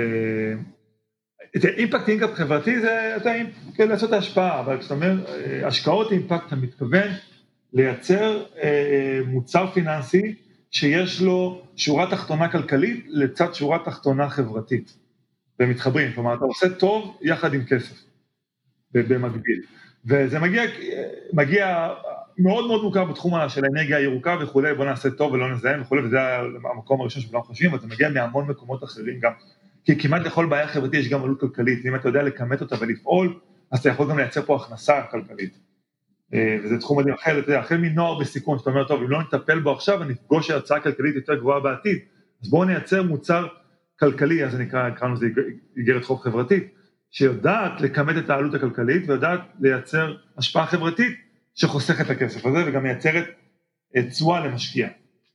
אימפקט אינקאפט חברתי זה אתה כן, לעשות ההשפעה, אבל כשאתה אומר השקעות אימפקט, אתה מתכוון לייצר אה, מוצר פיננסי שיש לו שורה תחתונה כלכלית לצד שורה תחתונה חברתית, ומתחברים, כלומר אתה עושה טוב יחד עם כסף, במקביל, וזה מגיע, מגיע מאוד מאוד מוכר בתחום של האנרגיה הירוקה וכולי, בוא נעשה טוב ולא נזהם וכולי, וזה המקום הראשון שכולם חושבים, אבל זה מגיע מהמון מקומות אחרים גם, כי כמעט לכל בעיה חברתית יש גם עלות כלכלית, אם אתה יודע לכמת אותה ולפעול, אז אתה יכול גם לייצר פה הכנסה כלכלית. וזה תחום מדהים אחר, אתה יודע, אחרי מנוער בסיכון, שאתה אומר, טוב, אם לא נטפל בו עכשיו, אני אפגוש הרצאה כלכלית יותר גבוהה בעתיד, אז בואו נייצר מוצר כלכלי, אז זה נקרא, קראנו לזה איגרת חוב חברתית, שיודעת לכמת את העלות הכלכלית, ויודעת לייצר השפעה חברתית שחוסכת את הכסף הזה, וגם מייצרת תשואה למשקיע.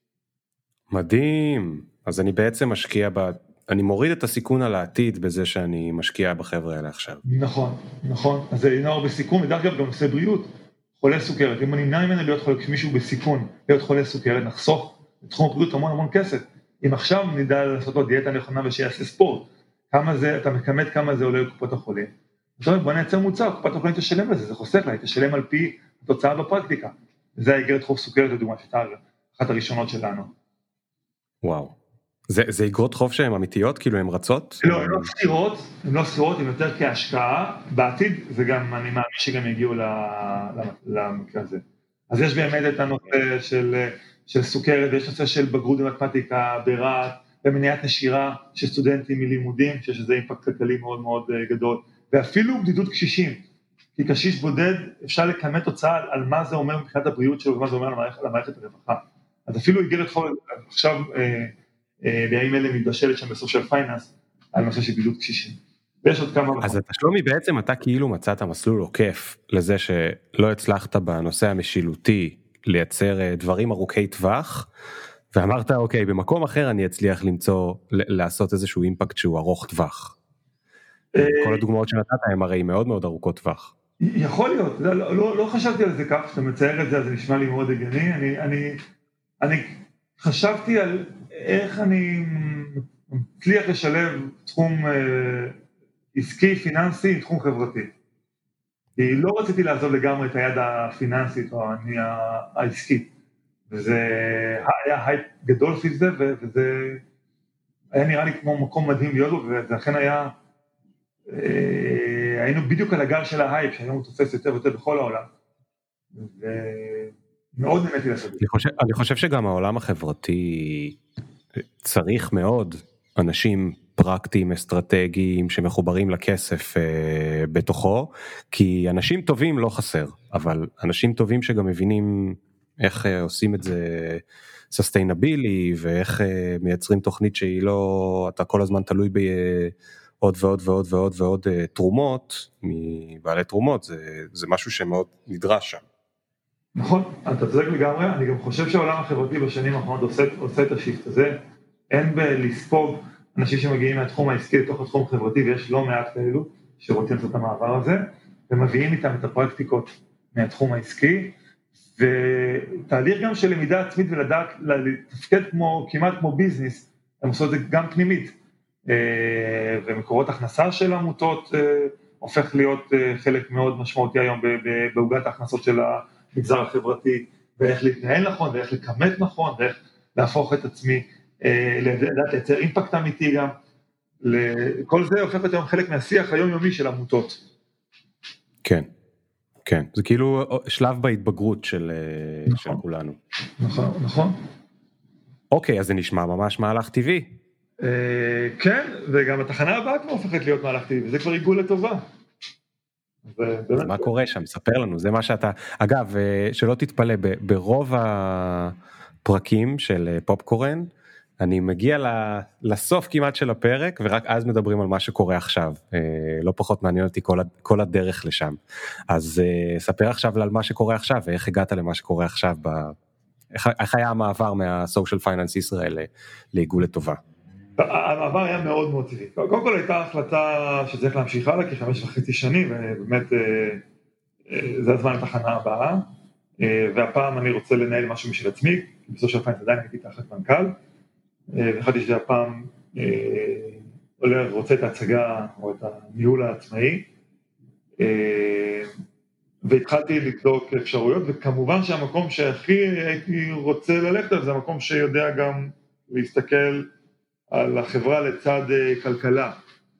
מדהים. אז אני בעצם משקיע, ב... אני מוריד את הסיכון על העתיד בזה שאני משקיע בחבר'ה האלה עכשיו. נכון, נכון. אז זה נוער בסיכון, ודרך אגב גם נושא בריאות, חולה סוכרת. אם אני נמנע ממנו להיות חולה, כשמישהו בסיכון, להיות חולה סוכרת, נחסוך בתחום הבריאות המון המון כסף. אם עכשיו נדע לעשות לו דיאטה נכונה ושיעשה ספורט, כמה זה, אתה מכמת כמה זה עולה לקופות החולים. זאת אומרת, בוא נייצר מוצר, קופת החולים תשלם לזה, זה חוסך לה, היא תשלם על פי התוצאה בפרקטיקה. וזה האיגרת חוב סוכרת, לדוגמה, שהייתה אחת הראשונות שלנו. וואו. זה, זה איגרות חוב שהן אמיתיות? כאילו הן רצות? לא, הן לא סחירות, הן לא סחירות, הן יותר כהשקעה. בעתיד, וגם אני מאמין שגם יגיעו למקרה הזה. אז יש באמת את הנושא של, של סוכרת, ויש נושא של בגרות במתמטיקה, ברעת, ומניעת נשירה של סטודנטים מלימודים, שיש לזה אימפקט כלכלי מאוד מאוד גדול, ואפילו בדידות קשישים. כי קשיש בודד אפשר לכמת תוצאה על מה זה אומר מבחינת הבריאות שלו, ומה זה אומר למערכת, למערכת הרווחה. אז אפילו איגרת חוב, עכשיו אה, אה, בימים אלה מתבשלת שם בסושיאל פייננס, על נושא של בדידות קשישים. ויש עוד כמה... אז אתה שלומי, בעצם אתה כאילו מצאת מסלול עוקף לזה שלא הצלחת בנושא המשילותי לייצר דברים ארוכי טווח, ואמרת, אוקיי, במקום אחר אני אצליח למצוא, לעשות איזשהו אימפקט שהוא ארוך טווח. כל הדוגמאות שנתת הן הרי מאוד מאוד ארוכות טווח. יכול להיות, לא, לא, לא חשבתי על זה כך, שאתה מצייר את זה, אז זה נשמע לי מאוד הגיוני. אני, אני, אני חשבתי על איך אני מצליח לשלב תחום אה, עסקי, פיננסי, תחום חברתי. כי לא רציתי לעזוב לגמרי את היד הפיננסית או אני העסקית. וזה היה הייפ גדול סביב זה, וזה היה נראה לי כמו מקום מדהים להיות בו, וזה אכן היה, אה, היינו בדיוק על הגל של ההייפ, שהיום הוא תופס יותר ויותר בכל העולם. ומאוד נהניתי לעשות. אני חושב, אני חושב שגם העולם החברתי צריך מאוד אנשים פרקטיים, אסטרטגיים, שמחוברים לכסף אה, בתוכו, כי אנשים טובים לא חסר, אבל אנשים טובים שגם מבינים איך אה, עושים את זה סוסטיינבילי, ואיך אה, מייצרים תוכנית שהיא לא, אתה כל הזמן תלוי בעוד ועוד ועוד ועוד ועוד אה, תרומות, מבעלי תרומות, זה, זה משהו שמאוד נדרש שם. נכון, אתה צודק לגמרי, אני גם חושב שהעולם החברתי בשנים האחרונות עושה, עושה את השיפט הזה, אין בלספוג אנשים שמגיעים מהתחום העסקי לתוך התחום החברתי, ויש לא מעט כאלו שרוצים לעשות את המעבר הזה, ומביאים איתם את הפרקטיקות מהתחום העסקי, ותהליך גם של למידה עצמית ולדעת, לתפקד כמו, כמעט כמו ביזנס, הם עושים את זה גם פנימית, ומקורות הכנסה של עמותות הופך להיות חלק מאוד משמעותי היום בעוגת ההכנסות של המגזר החברתי, ואיך להתנהל נכון, ואיך לכמת נכון, ואיך להפוך את עצמי, לדעת לייצר אימפקט אמיתי גם, כל זה הופך להיות היום חלק מהשיח היומיומי של עמותות. כן, כן, זה כאילו שלב בהתבגרות של, נכון. של כולנו. נכון, נכון. אוקיי, אז זה נשמע ממש מהלך טבעי. כן, וגם התחנה הבאה כבר הופכת להיות מהלך טבעי, וזה כבר עיגול לטובה. אז מה קורה שם? ספר לנו, זה מה שאתה... אגב, שלא תתפלא, ברוב הפרקים של פופקורן, אני מגיע לסוף כמעט של הפרק, ורק אז מדברים על מה שקורה עכשיו. לא פחות מעניין אותי כל הדרך לשם. אז ספר עכשיו על מה שקורה עכשיו, ואיך הגעת למה שקורה עכשיו, איך היה המעבר מהסושיאל פייננס ישראל לעיגול לטובה? המעבר היה מאוד מאוד טבעי. קודם כל הייתה החלטה שצריך להמשיך הלאה, כי חמש וחצי שנים, ובאמת זה הזמן לתחנה הבאה, והפעם אני רוצה לנהל משהו משל עצמי, כי בסושיאל פייננס עדיין הייתי תחת מנכ"ל, והחלטתי שהפעם רוצה את ההצגה או את הניהול העצמאי, והתחלתי לבדוק אפשרויות, וכמובן שהמקום שהכי הייתי רוצה ללכת, זה המקום שיודע גם להסתכל על החברה לצד כלכלה,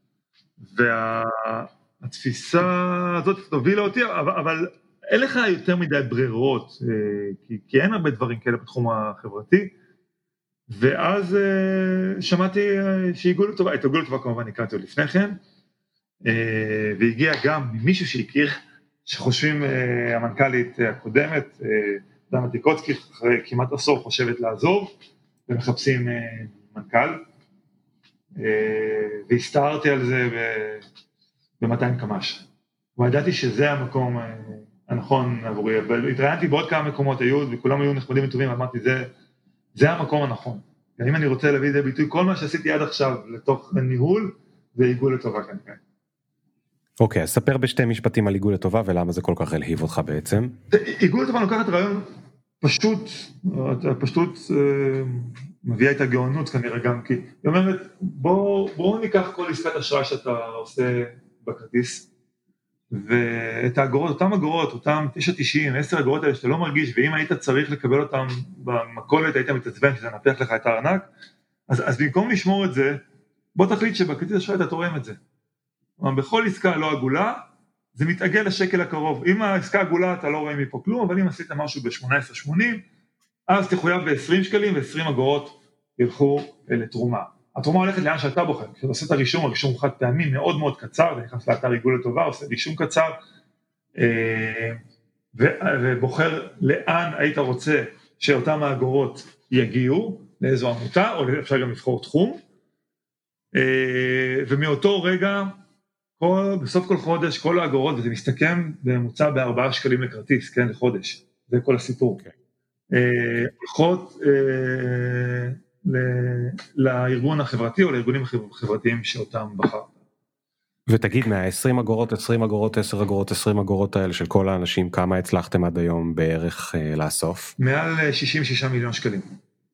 והתפיסה הזאת תובילה אותי, אבל אין לך יותר מדי ברירות, כי, כי אין הרבה דברים כאלה בתחום החברתי, ואז שמעתי שהגיעו לטובה, את עיגול לטובה כמובן הכרתי עוד לפני כן, והגיע גם מישהו שהכיר, שחושבים המנכ"לית הקודמת, דנה טיקוצקי, אחרי כמעט עשור חושבת לעזוב, ומחפשים מנכ"ל, והסתערתי על זה ב-מאתיים קמ"ש. וידעתי שזה המקום הנכון עבורי, אבל התראיינתי בעוד כמה מקומות היו, וכולם היו נחמדים וטובים, אמרתי, זה, זה המקום הנכון. ואם אני רוצה להביא את זה ביטוי, כל מה שעשיתי עד עכשיו לתוך הניהול, זה עיגול לטובה כנראה. אוקיי, אז ספר בשתי משפטים על עיגול לטובה, ולמה זה כל כך הלהיב אותך בעצם. עיגול לטובה לוקחת רעיון פשוט, פשוט מביאה את הגאונות כנראה גם, כי היא אומרת, בואו בוא ניקח כל עסקת אשראי שאתה עושה בכרטיס, ואת האגורות, אותם אגורות, אותם תשע תשעים, עשר אגורות האלה שאתה לא מרגיש, ואם היית צריך לקבל אותם במכולת, היית מתעצבן שזה נפח לך את הארנק, אז, אז במקום לשמור את זה, בוא תחליט שבכרטיס אשראי אתה תורם את זה. בכל עסקה לא עגולה, זה מתעגל לשקל הקרוב. אם העסקה עגולה אתה לא רואה מפה כלום, אבל אם עשית משהו ב-שמונה עשרה שמונים, אז תחויב ב-עשרים שקלים, ו-עשרים אגורות ילכו לתרומה. התרומה הולכת לאן שאתה בוחר. כשאתה עושה את הרישום, הרישום חד פעמי מאוד מאוד קצר, אתה נכנס לאתר עיגול לטובה, עושה רישום קצר, ובוחר לאן היית רוצה שאותם האגורות יגיעו, לאיזו עמותה, או אפשר גם לבחור תחום, ומאותו רגע, כל, בסוף כל חודש, כל האגורות, וזה מסתכם בממוצע בארבעה שקלים לכרטיס, כן, לחודש. זה כל הסיפור. Okay. אה, הולכות אה, ל- לארגון החברתי, או לארגונים החברתיים שאותם בחר. ותגיד, מה-עשרים אגורות, עשרים אגורות, עשר אגורות, עשרים אגורות האלה של כל האנשים, כמה הצלחתם עד היום בערך אה, לאסוף? מעל שישים ושישה מיליון שקלים.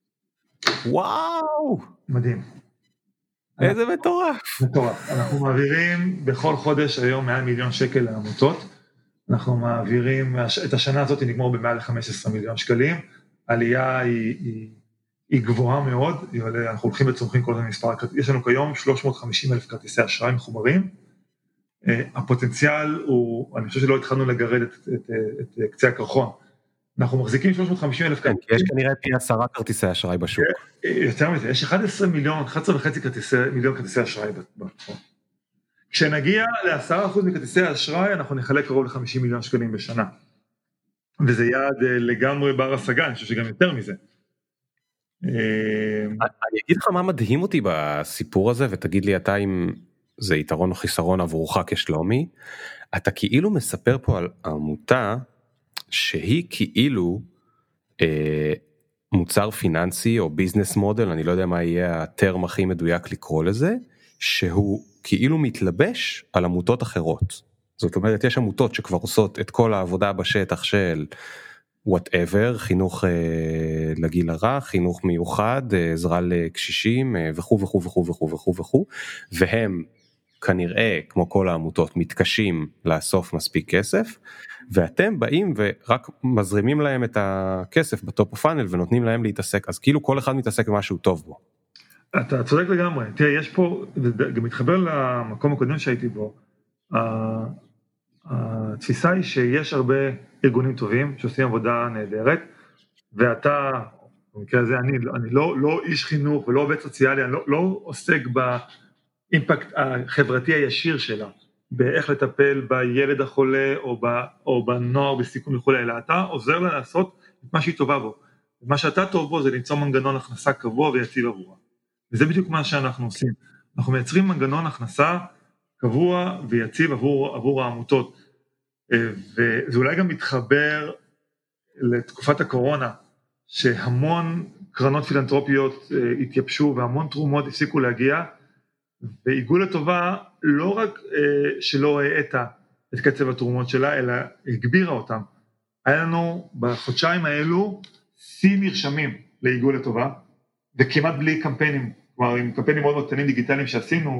וואו! מדהים. איזה מטורף. מטורף. אנחנו מעבירים בכל חודש היום מעל מיליון שקל לעמותות. אנחנו מעבירים, את השנה הזאת נגמור במעל ל-חמישה עשר מיליון שקלים. העלייה היא, היא, היא גבוהה מאוד, אנחנו הולכים וצומחים כל הזמן מספר, יש לנו כיום שלוש מאות וחמישים אלף כרטיסי אשראי מחוברים. הפוטנציאל הוא, אני חושב שלא התחלנו לגרד את, את, את, את קצה הקרחון. אנחנו מחזיקים שלוש מאות וחמישים אלף כרטיסים. יש כנראה פי עשרה כרטיסי אשראי בשוק. יותר מזה, יש אחד עשר מיליון, אחד עשר וחצי מיליון כרטיסי אשראי בפלטפורם. כשנגיע ל-עשרה אחוז מכרטיסי האשראי, אנחנו נחלק קרוב ל-חמישים מיליון שקלים בשנה. וזה יעד לגמרי בר השגה, אני חושב שגם יותר מזה. אני אגיד לך מה מדהים אותי בסיפור הזה, ותגיד לי אתה אם זה יתרון או חיסרון עבורך כשלומי, אתה כאילו מספר פה על עמותה, שהיא כאילו אה, מוצר פיננסי או ביזנס מודל, אני לא יודע מה יהיה הטרם הכי מדויק לקרוא לזה, שהוא כאילו מתלבש על עמותות אחרות. זאת אומרת, יש עמותות שכבר עושות את כל העבודה בשטח של whatever, חינוך אה, לגיל הרך, חינוך מיוחד, אה, עזרה לקשישים אה, וכו' וכו' וכו' וכו' וכו' וכו', והם כנראה, כמו כל העמותות, מתקשים לאסוף מספיק כסף, ואתם באים ורק מזרימים להם את הכסף בטופ הפאנל, ונותנים להם להתעסק, אז כאילו כל אחד מתעסק במשהו טוב בו. אתה צודק לגמרי, תראה, יש פה, גם מתחבר למקום הקודם שהייתי בו, התפיסה היא שיש הרבה ארגונים טובים, שעושים עבודה נהדרת, ואתה, במקרה הזה, אני, אני לא, לא איש חינוך ולא עובד סוציאלי, אני לא, לא עוסק באימפקט החברתי הישיר שלה, באיך לטפל בילד החולה או, ב, או בנוער בסיכון וכו', אלא אתה עוזר לה לעשות את מה שהיא טובה בו. מה שאתה טוב בו זה למצוא מנגנון הכנסה קבוע ויציב עבורה. וזה בדיוק מה שאנחנו עושים. אנחנו מייצרים מנגנון הכנסה קבוע ויציב עבור, עבור העמותות. וזה אולי גם מתחבר לתקופת הקורונה, שהמון קרנות פילנטרופיות התייבשו והמון תרומות הפסיקו להגיע, ועיגול לטובה לא רק שלא העטה את קצב התרומות שלה, אלא הגבירה אותם. היה לנו בחודשיים האלו שיא נרשמים לעיגול לטובה, וכמעט בלי קמפיינים, כלומר עם קמפיינים מאוד מאוד קטנים דיגיטליים שעשינו,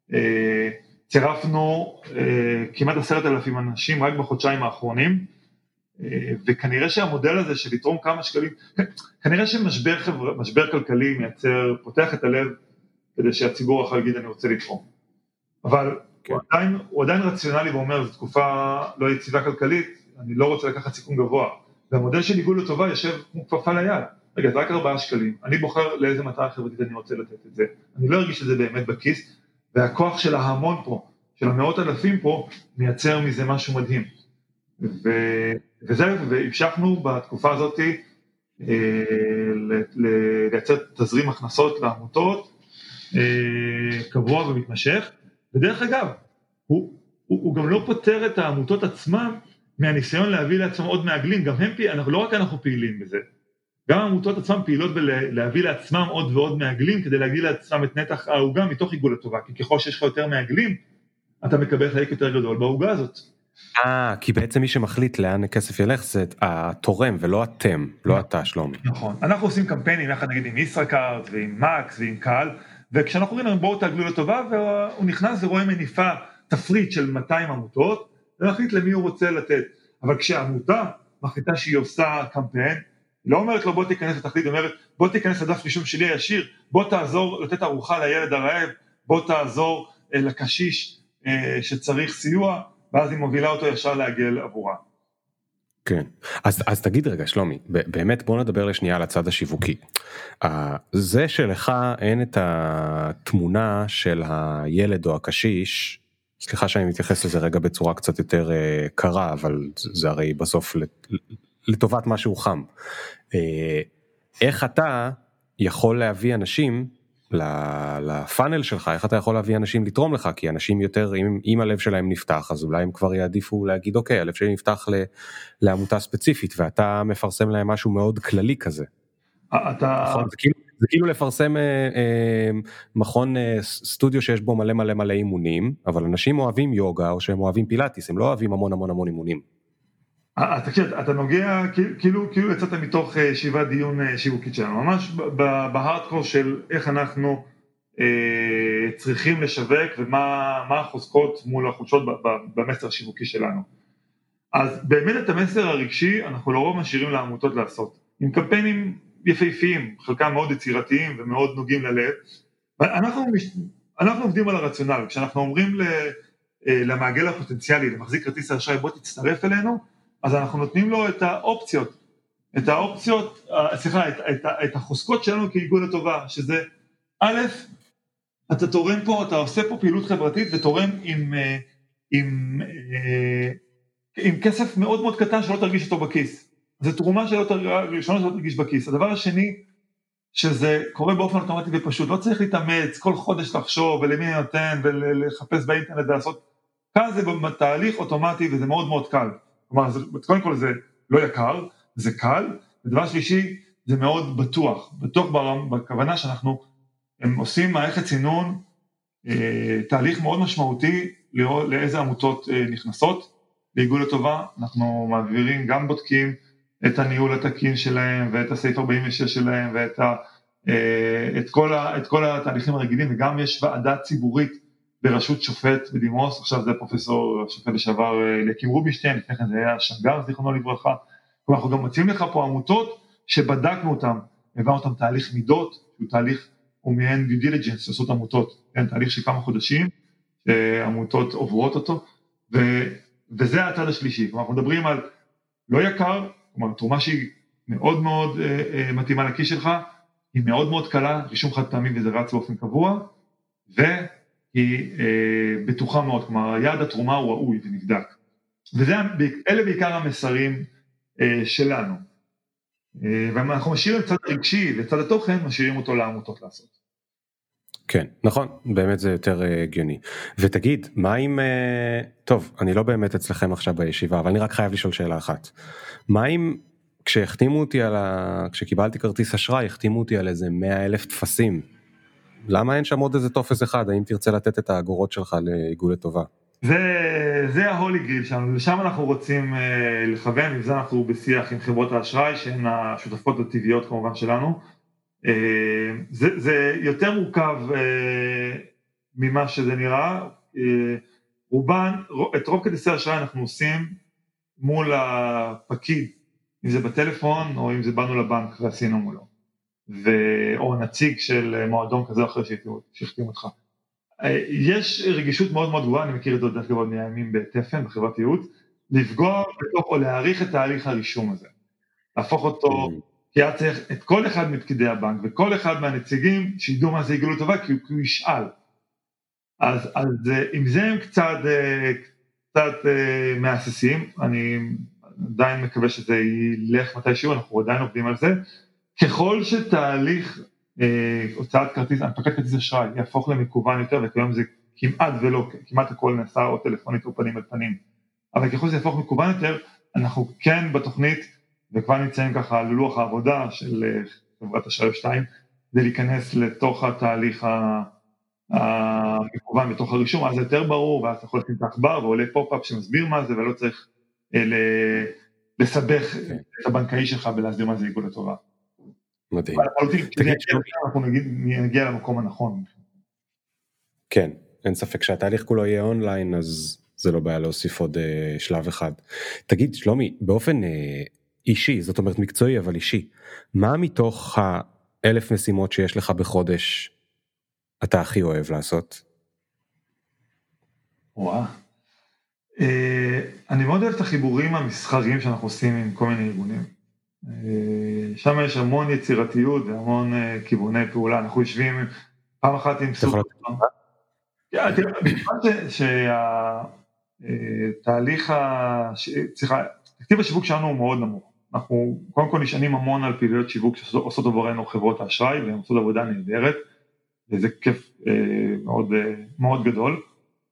צירפנו כמעט עשרת אלפים אנשים רק בחודשיים האחרונים, וכנראה שהמודל הזה של לתרום כמה שקלים, כנראה שמשבר חבר, משבר כלכלי מייצר, פותח את הלב, כדי שהציבור יכול להגיד אני רוצה לתרום. אבל כן. הוא, עדיין, הוא עדיין רציונלי ואומר, זו תקופה לא יציבה כלכלית, אני לא רוצה לקחת סיכון גבוה. והמודל של עיגול לטובה יושב כמו כפפה ליד. רגע, זה רק ארבעה שקלים. אני בוחר לאיזה מטרה חברתית אני רוצה לתת את זה. אני לא ארגיש את זה באמת בכיס, והכוח של ההמון פה, של המאות אלפים פה, מייצר מזה משהו מדהים. ו... וזה, והמשכנו בתקופה הזאת אה, לייצר תזרים הכנסות לעמותות, קבוע ומתמשך, ודרך אגב, הוא, הוא, הוא גם לא פותר את העמותות עצמם מהניסיון להביא לעצמם עוד מעגלים, גם הם, אנחנו, לא רק אנחנו פעילים בזה, גם העמותות עצמם פעילות בלהביא לעצמם עוד ועוד מעגלים, כדי להגיע לעצמם את נתח העוגה מתוך עיגול לטובה, כי ככל שיש לך יותר מעגלים, אתה מקבל חלק יותר גדול בעוגה הזאת. אה, כי בעצם מי שמחליט לאן הכסף ילך זה התורם ולא אתם, לא אתה שלומי. נכון, אנחנו עושים קמפיינים יחד נגיד עם ישראכרט ועם מקס ועם קהל, וכשאנחנו רואים להם בואו תעגלו לטובה, והוא נכנס ורואה מניפה תפריט של מאתיים עמותות, ולהחליט למי הוא רוצה לתת. אבל כשהעמותה מחליטה שהיא עושה קמפיין, היא לא אומרת לו בוא תיכנס לתחליט, היא אומרת בוא תיכנס לדף רישום שלי הישיר, בוא תעזור לתת ארוחה לילד הרעב, בוא תעזור אה, לקשיש אה, שצריך סיוע, ואז היא מובילה אותו ישר להגל עבורה. כן, אז, אז תגיד רגע שלומי, באמת בוא נדבר לשנייה על הצד השיווקי. זה שלך אין את התמונה של הילד או הקשיש, סליחה שאני מתייחס לזה רגע בצורה קצת יותר קרה, אבל זה הרי בסוף לטובת משהו חם. איך אתה יכול להביא אנשים לפאנל שלך, איך אתה יכול להביא אנשים לתרום לך, כי אנשים יותר, אם, אם הלב שלהם נפתח, אז אולי הם כבר יעדיפו להגיד, אוקיי, הלב שלי נפתח לעמותה ספציפית, ואתה מפרסם להם משהו מאוד כללי כזה. אתה... נכון, זה כאילו, זה כאילו לפרסם אה, אה, מכון אה, סטודיו שיש בו מלא מלא מלא אימונים, אבל אנשים אוהבים יוגה, או שהם אוהבים פילאטיס, הם לא אוהבים המון המון המון אימונים. תקשיב, אתה נוגע, כאילו, כאילו יצאת מתוך שיבת דיון שיווקית שלנו, ממש בהארדקור של איך אנחנו אה, צריכים לשווק, ומה מה החוזקות מול החולשות במסר השיווקי שלנו. אז באמת את המסר הרגשי, אנחנו לרוב משאירים לעמותות לעשות, עם קמפיינים יפהפיים, חלקם מאוד יצירתיים ומאוד נוגעים ללב, ואנחנו אנחנו עובדים על הרציונל, כשאנחנו אומרים למעגל הפוטנציאלי, למחזיק כרטיס האשראי, בוא תצטרף אלינו, אז אנחנו נותנים לו את האופציות, את האופציות, סליחה, את, את, את החוזקות שלנו כעיגול לטובה, שזה א', אתה תורם פה, אתה עושה פה פעילות חברתית ותורם עם, עם, עם כסף מאוד מאוד קטן שלא תרגיש אותו בכיס. זו תרומה שלא תרגיש, שלא תרגיש בכיס. הדבר השני, שזה קורה באופן אוטומטי ופשוט, לא צריך להתאמץ כל חודש לחשוב ולמי אני נותן ולחפש באינטרנט ולעשות, כאן זה בתהליך אוטומטי וזה מאוד מאוד קל. כלומר, קודם כל זה לא יקר, זה קל, ודבר שלישי, זה מאוד בטוח, בטוח בכוונה שאנחנו עושים מערכת סינון, תהליך מאוד משמעותי לאיזה עמותות נכנסות, לעיגול לטובה, אנחנו מעבירים, גם בודקים את הניהול התקין שלהם, ואת הסעיף ארבעים ושש שלהם, ואת ה, את כל ה, את כל התהליכים הרגילים, וגם יש ועדה ציבורית, בראשות שופט בדימוס, עכשיו זה פרופסור שופט לשעבר אליקים רובינשטיין, לפני כן זה היה שמגר, זיכרונו לברכה, אנחנו גם מציעים לך פה עמותות שבדקנו אותם, הבאנו אותם תהליך מידות, שהוא תהליך, הוא מעין due diligence, שעושות עמותות, כן, תהליך של כמה חודשים, עמותות עוברות אותו, ו, וזה הצד השלישי, כלומר אנחנו מדברים על לא יקר, כלומר תרומה שהיא מאוד מאוד אה, מתאימה לכיס שלך, היא מאוד מאוד קלה, רישום חד פעמי וזה רץ באופן קבוע, ו... היא אה, בטוחה מאוד, כלומר, יעד התרומה הוא ראוי ונבדק. ואלה בעיקר המסרים אה, שלנו. אה, ואנחנו משאירים צד רגשי וצד התוכן, משאירים אותו לעמותות לעשות. כן, נכון, באמת זה יותר אה, הגיוני. ותגיד, מה אם, אה, טוב, אני לא באמת אצלכם עכשיו בישיבה, אבל אני רק חייב לשאול שאלה אחת. מה אם, כשהחתימו אותי על ה... כשקיבלתי כרטיס אשראי, החתימו אותי על איזה מאה אלף תפסים, למה אין שם עוד איזה טופס אחד, האם תרצה לתת את האגורות שלך לעיגול לטובה? זה, זה ההולי גריל שלנו, לשם אנחנו רוצים אה, לכוון, עם זה אנחנו בשיח עם חברות האשראי, שהן השותפות הטבעיות כמובן שלנו, אה, זה, זה יותר מורכב אה, ממה שזה נראה, אה, רובן, את רוב כרטיסי האשראי אנחנו עושים מול הפקיד, אם זה בטלפון או אם זה באנו לבנק ועשינו מולו. ו... או נציג של מועדון כזה או אחר שהחתים אותך. יש רגישות מאוד מאוד גבוהה, אני מכיר את זה דרך כלל מהימים בתפן, בחברת ייעוץ, לפגוע בתוך או להעריך את תהליך הרישום הזה. להפוך אותו, כי היה צריך את כל אחד מפקידי הבנק, וכל אחד מהנציגים שידעו מה זה עיגול לטובה, כי הוא, כי הוא ישאל. אז, אז עם זה הם קצת, קצת מהססים, אני עדיין מקווה שזה ילך מתישהו, אנחנו עדיין עובדים על זה, ככל שתהליך אה, הוצאת כרטיס, הנפקת כרטיס אשראי, יהפוך למקוון יותר, וכיום זה כמעט ולא, כמעט הכל נעשה או טלפונית או פנים על פנים, אבל ככל שזה יהפוך מקוון יותר, אנחנו כן בתוכנית, וכבר נמצאים ככה על לוח העבודה של חברת אשראי שתיים, זה להיכנס לתוך התהליך המקוון בתוך הרישום, אז זה יותר ברור, ואז אתה יכול לשים את העכבר, ועולה פופ-אפ שמסביר מה זה, ולא צריך לסבך את הבנקאי שלך ולהסביר מה זה עיגול לטובה. מדהים. אנחנו נגיע למקום הנכון. כן, אין ספק שהתהליך כולו יהיה אונליין, אז זה לא בעיה להוסיף עוד שלב אחד. תגיד, שלומי, באופן אישי, זאת אומרת מקצועי, אבל אישי, מה מתוך האלף משימות שיש לך בחודש אתה הכי אוהב לעשות? וואה. אני מאוד אוהב את החיבורים המסחריים שאנחנו עושים עם כל מיני ארגונים. שם יש המון יצירתיות והמון כיווני פעולה. אנחנו יושבים פעם אחת עם סופר. שהתהליך, סליחה, תקציב השיווק שלנו הוא מאוד נמוך. אנחנו קודם כל נשענים המון על פעילויות שיווק שעושות עבורנו חברות האשראי, והן עושות עבודה נהדרת, וזה כיף מאוד, מאוד גדול.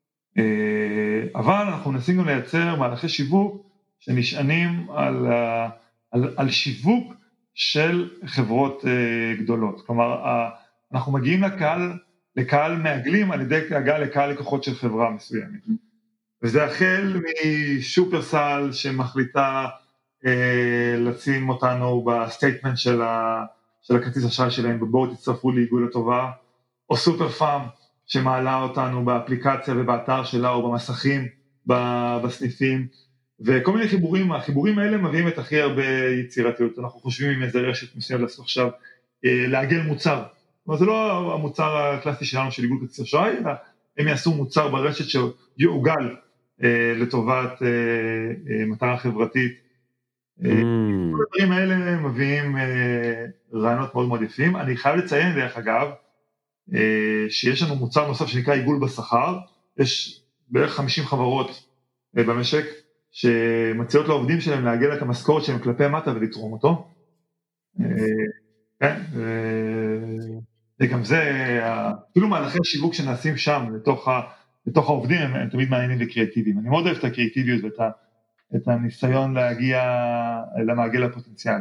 אבל אנחנו מנסים גם לייצר מהלכי שיווק שנשענים על, על, על שיווק של חברות גדולות. כלומר, אנחנו מגיעים לקהל, לקהל מעגלים על ידי הגעה לקהל לקוחות של חברה מסוימת. וזה החל משופרסל שמחליטה אה, לשים אותנו בסטייטמנט של, ה, של הכרטיס אשראי שלהם, ובואו תצטרפו לעיגול לטובה, או סופר פארם שמעלה אותנו באפליקציה ובאתר שלה או במסכים בסניפים, וכל מיני חיבורים. החיבורים האלה מביאים את הכי הרבה יצירתיות. אנחנו חושבים עם איזה רשת מסוים לעשות עכשיו אה, לעגל מוצר. אבל זה לא המוצר הקלאסי שלנו של עיגול כרטיס אשראי, אלא הם יעשו מוצר ברשת שיעוגל אה, לטובת אה, אה, מטרה חברתית. Mm. אה, כל הדברים האלה מביאים אה, רעיונות מאוד מאוד יפים. אני חייב לציין דרך אגב, אה, שיש לנו מוצר נוסף שנקרא עיגול בשכר. יש בערך חמישים חברות אה, במשק, שמציעות לעובדים שלהם לעגל את המשכורת שלהם כלפי מטה ולתרום אותו. אה, כן, אה, וגם זה, אפילו מהלכי השיווק שנעשים שם, לתוך, ה, לתוך העובדים, הם, הם תמיד מעניינים וקריאטיביים. אני מאוד אוהב את הקריאטיביות ואת ה, את הניסיון להגיע למעגל הפוטנציאלי.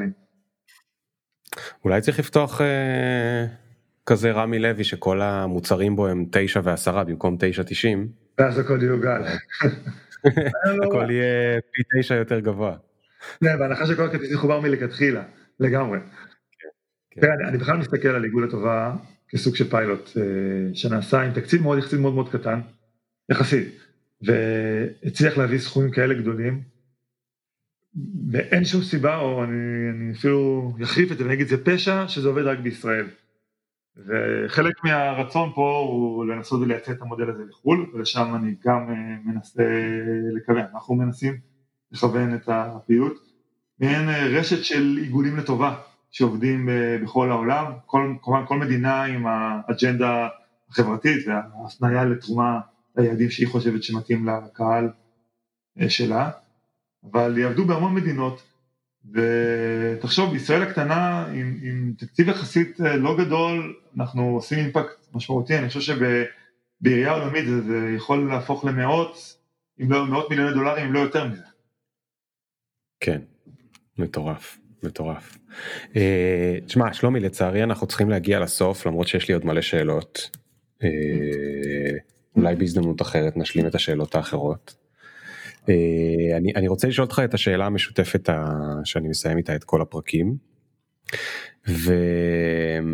אולי צריך לפתוח אה, כזה רמי לוי, שכל המוצרים בו הם תשע ועשרה במקום תשע תשעים. ואז הכל יעוגל. הכל יהיה פי תשע יותר גבוה. כן, בהנחה שכל הכרטיס מחובר מלכתחילה, לגמרי. כן, אני בכלל מסתכל על עיגול לטובה כסוג של פיילוט שנעשה עם תקציב מאוד יחסית מאוד מאוד קטן, יחסית, והצליח להביא סכומים כאלה גדולים, ואין שום סיבה, או אני, אני אפילו יחריף את זה ונגיד זה פשע, שזה עובד רק בישראל. וחלק מהרצון פה הוא לנסות ולייצא את המודל הזה לחול, ולשם אני גם מנסה לכוון. אנחנו מנסים לכוון את הפעילות, מעין רשת של עיגולים לטובה, שעובדים בכל העולם, כל, כמובן כל מדינה עם האג'נדה החברתית וההפניה לתרומה ליעדים שהיא חושבת שמתאים לקהל שלה, אבל יעבדו בהמון מדינות, ותחשוב, בישראל הקטנה עם, עם תקציב יחסית לא גדול, אנחנו עושים אימפקט משמעותי. אני חושב שבעירייה עולמית זה, זה יכול להפוך למאות, אם לא מאות מיליוני דולרים, אם לא יותר מזה. כן, מטורף. מטורף. תשמע, שלומי, לצערי אנחנו צריכים להגיע לסוף, למרות שיש לי עוד מלא שאלות. אולי בהזדמנות אחרת נשלים את השאלות האחרות. אני, אני רוצה לשאול אותך את השאלה המשותפת שאני מסיים איתה את כל הפרקים. והיא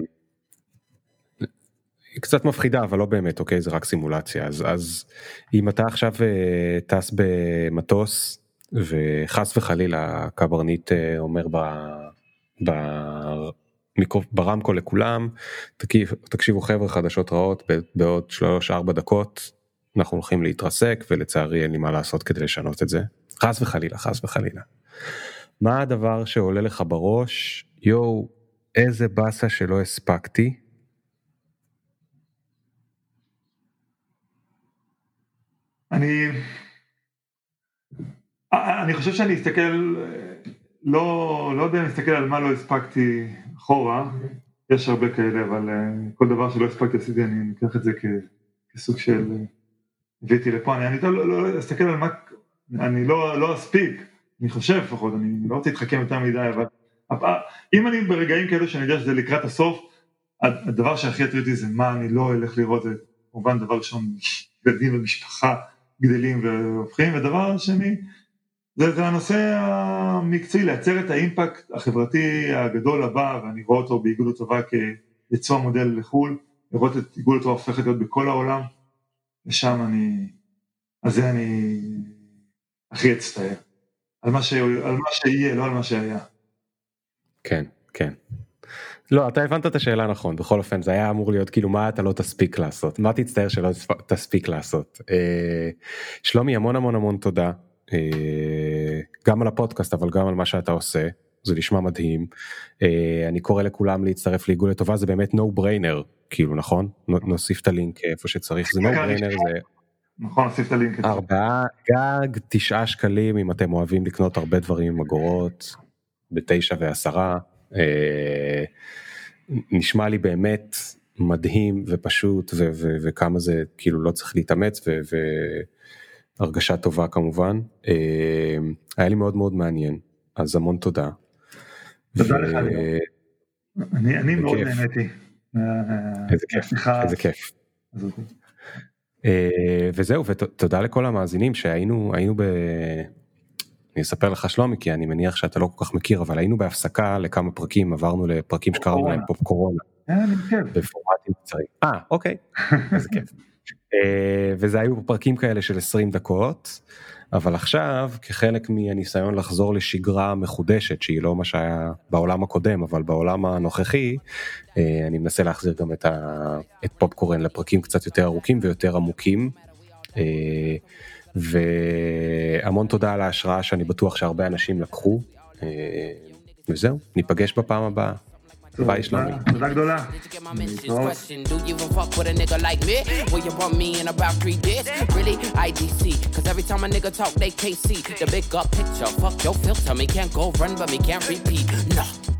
קצת מפחידה, אבל לא באמת, אוקיי, זה רק סימולציה. אז, אז אם אתה עכשיו טס במטוס, וחס וחלילה קברניט אומר ב, ב, ברמקול לכולם, תקשיב, תקשיבו חבר'ה, חדשות רעות, בעוד שלוש ארבע דקות אנחנו הולכים להתרסק, ולצערי אין לי מה לעשות כדי לשנות את זה. חס וחלילה, חס וחלילה. מה הדבר שעולה לך בראש? יו, איזה בסה שלא הספקתי? אני... אני חושב שאני אסתכל, לא, לא יודע אם אסתכל על מה לא הספקתי אחורה, יש הרבה כאלה, אבל כל דבר שלא הספקתי עשיתי, אני אקח את זה כ, כסוג של הבאתי לפה, אני, אני לא, לא, לא אסתכל על מה, אני לא, לא אספיק, אני חושב לפחות, אני לא רוצה להתחכם יותר מדי, אבל אם אני ברגעים כאלו שאני יודע שזה לקראת הסוף, הדבר שהכי יטריד אותי זה מה אני לא אלך לראות, זה כמובן דבר ראשון, ילדים ומשפחה גדלים והופכים, ודבר שני, זה, זה הנושא המקצועי, לייצר את האימפקט החברתי הגדול הבא, ואני רואה אותו באיגוד הטובה כיצוא מודל לחול, לראות את איגוד הטובה הופכת להיות בכל העולם, ושם אני, אז זה אני הכי אצטער, על מה, ש, על מה שיהיה, לא על מה שהיה. כן, כן. לא, אתה הבנת את השאלה נכון, בכל אופן, זה היה אמור להיות כאילו מה אתה לא תספיק לעשות, מה תצטער שלא תספיק לעשות. שלומי, המון המון המון תודה, גם על הפודקאסט, אבל גם על מה שאתה עושה, זה נשמע מדהים. אני קורא לכולם להצטרף לאיגוד לטובה, זה באמת no brainer, כאילו, נכון? נוסיף את הלינק איפה שצריך, זה no brainer, זה... נכון, נוסיף את הלינק. ארבעה גג, תשעה שקלים, אם אתם אוהבים לקנות הרבה דברים עם אגורות, בתשע ועשרה, נשמע לי באמת מדהים ופשוט, וכמה זה כאילו לא צריך להתאמץ, והרגשה טובה כמובן. היה לי מאוד מאוד מעניין, אז המון תודה. תודה לך. אני מאוד נהניתי. איזה כיף, איזה כיף. וזהו, ותודה לכל המאזינים שהיינו, היינו ב... אני אספר לך שלומי, כי אני מניח שאתה לא כל כך מכיר, אבל היינו בהפסקה לכמה פרקים, עברנו לפרקים שקראנו להם פופ קורונה. בפורמטים קצרים. אה, אוקיי, איזה כיף. וזה היו פרקים כאלה של עשרים דקות, אבל עכשיו, כחלק מהניסיון לחזור לשגרה מחודשת, שהיא לא מה שהיה בעולם הקודם, אבל בעולם הנוכחי, אני מנסה להחזיר גם את פופ קורן לפרקים קצת יותר ארוכים ויותר עמוקים, והמון תודה על ההשראה שאני בטוח שהרבה אנשים לקחו, וזהו, ניפגש בפעם הבאה. ביי שלומי. תודה גדולה. Really, I D C, cause every time a nigga talk, they can't see the big up picture. Fuck your filter, me can't go run, but me can't repeat. No.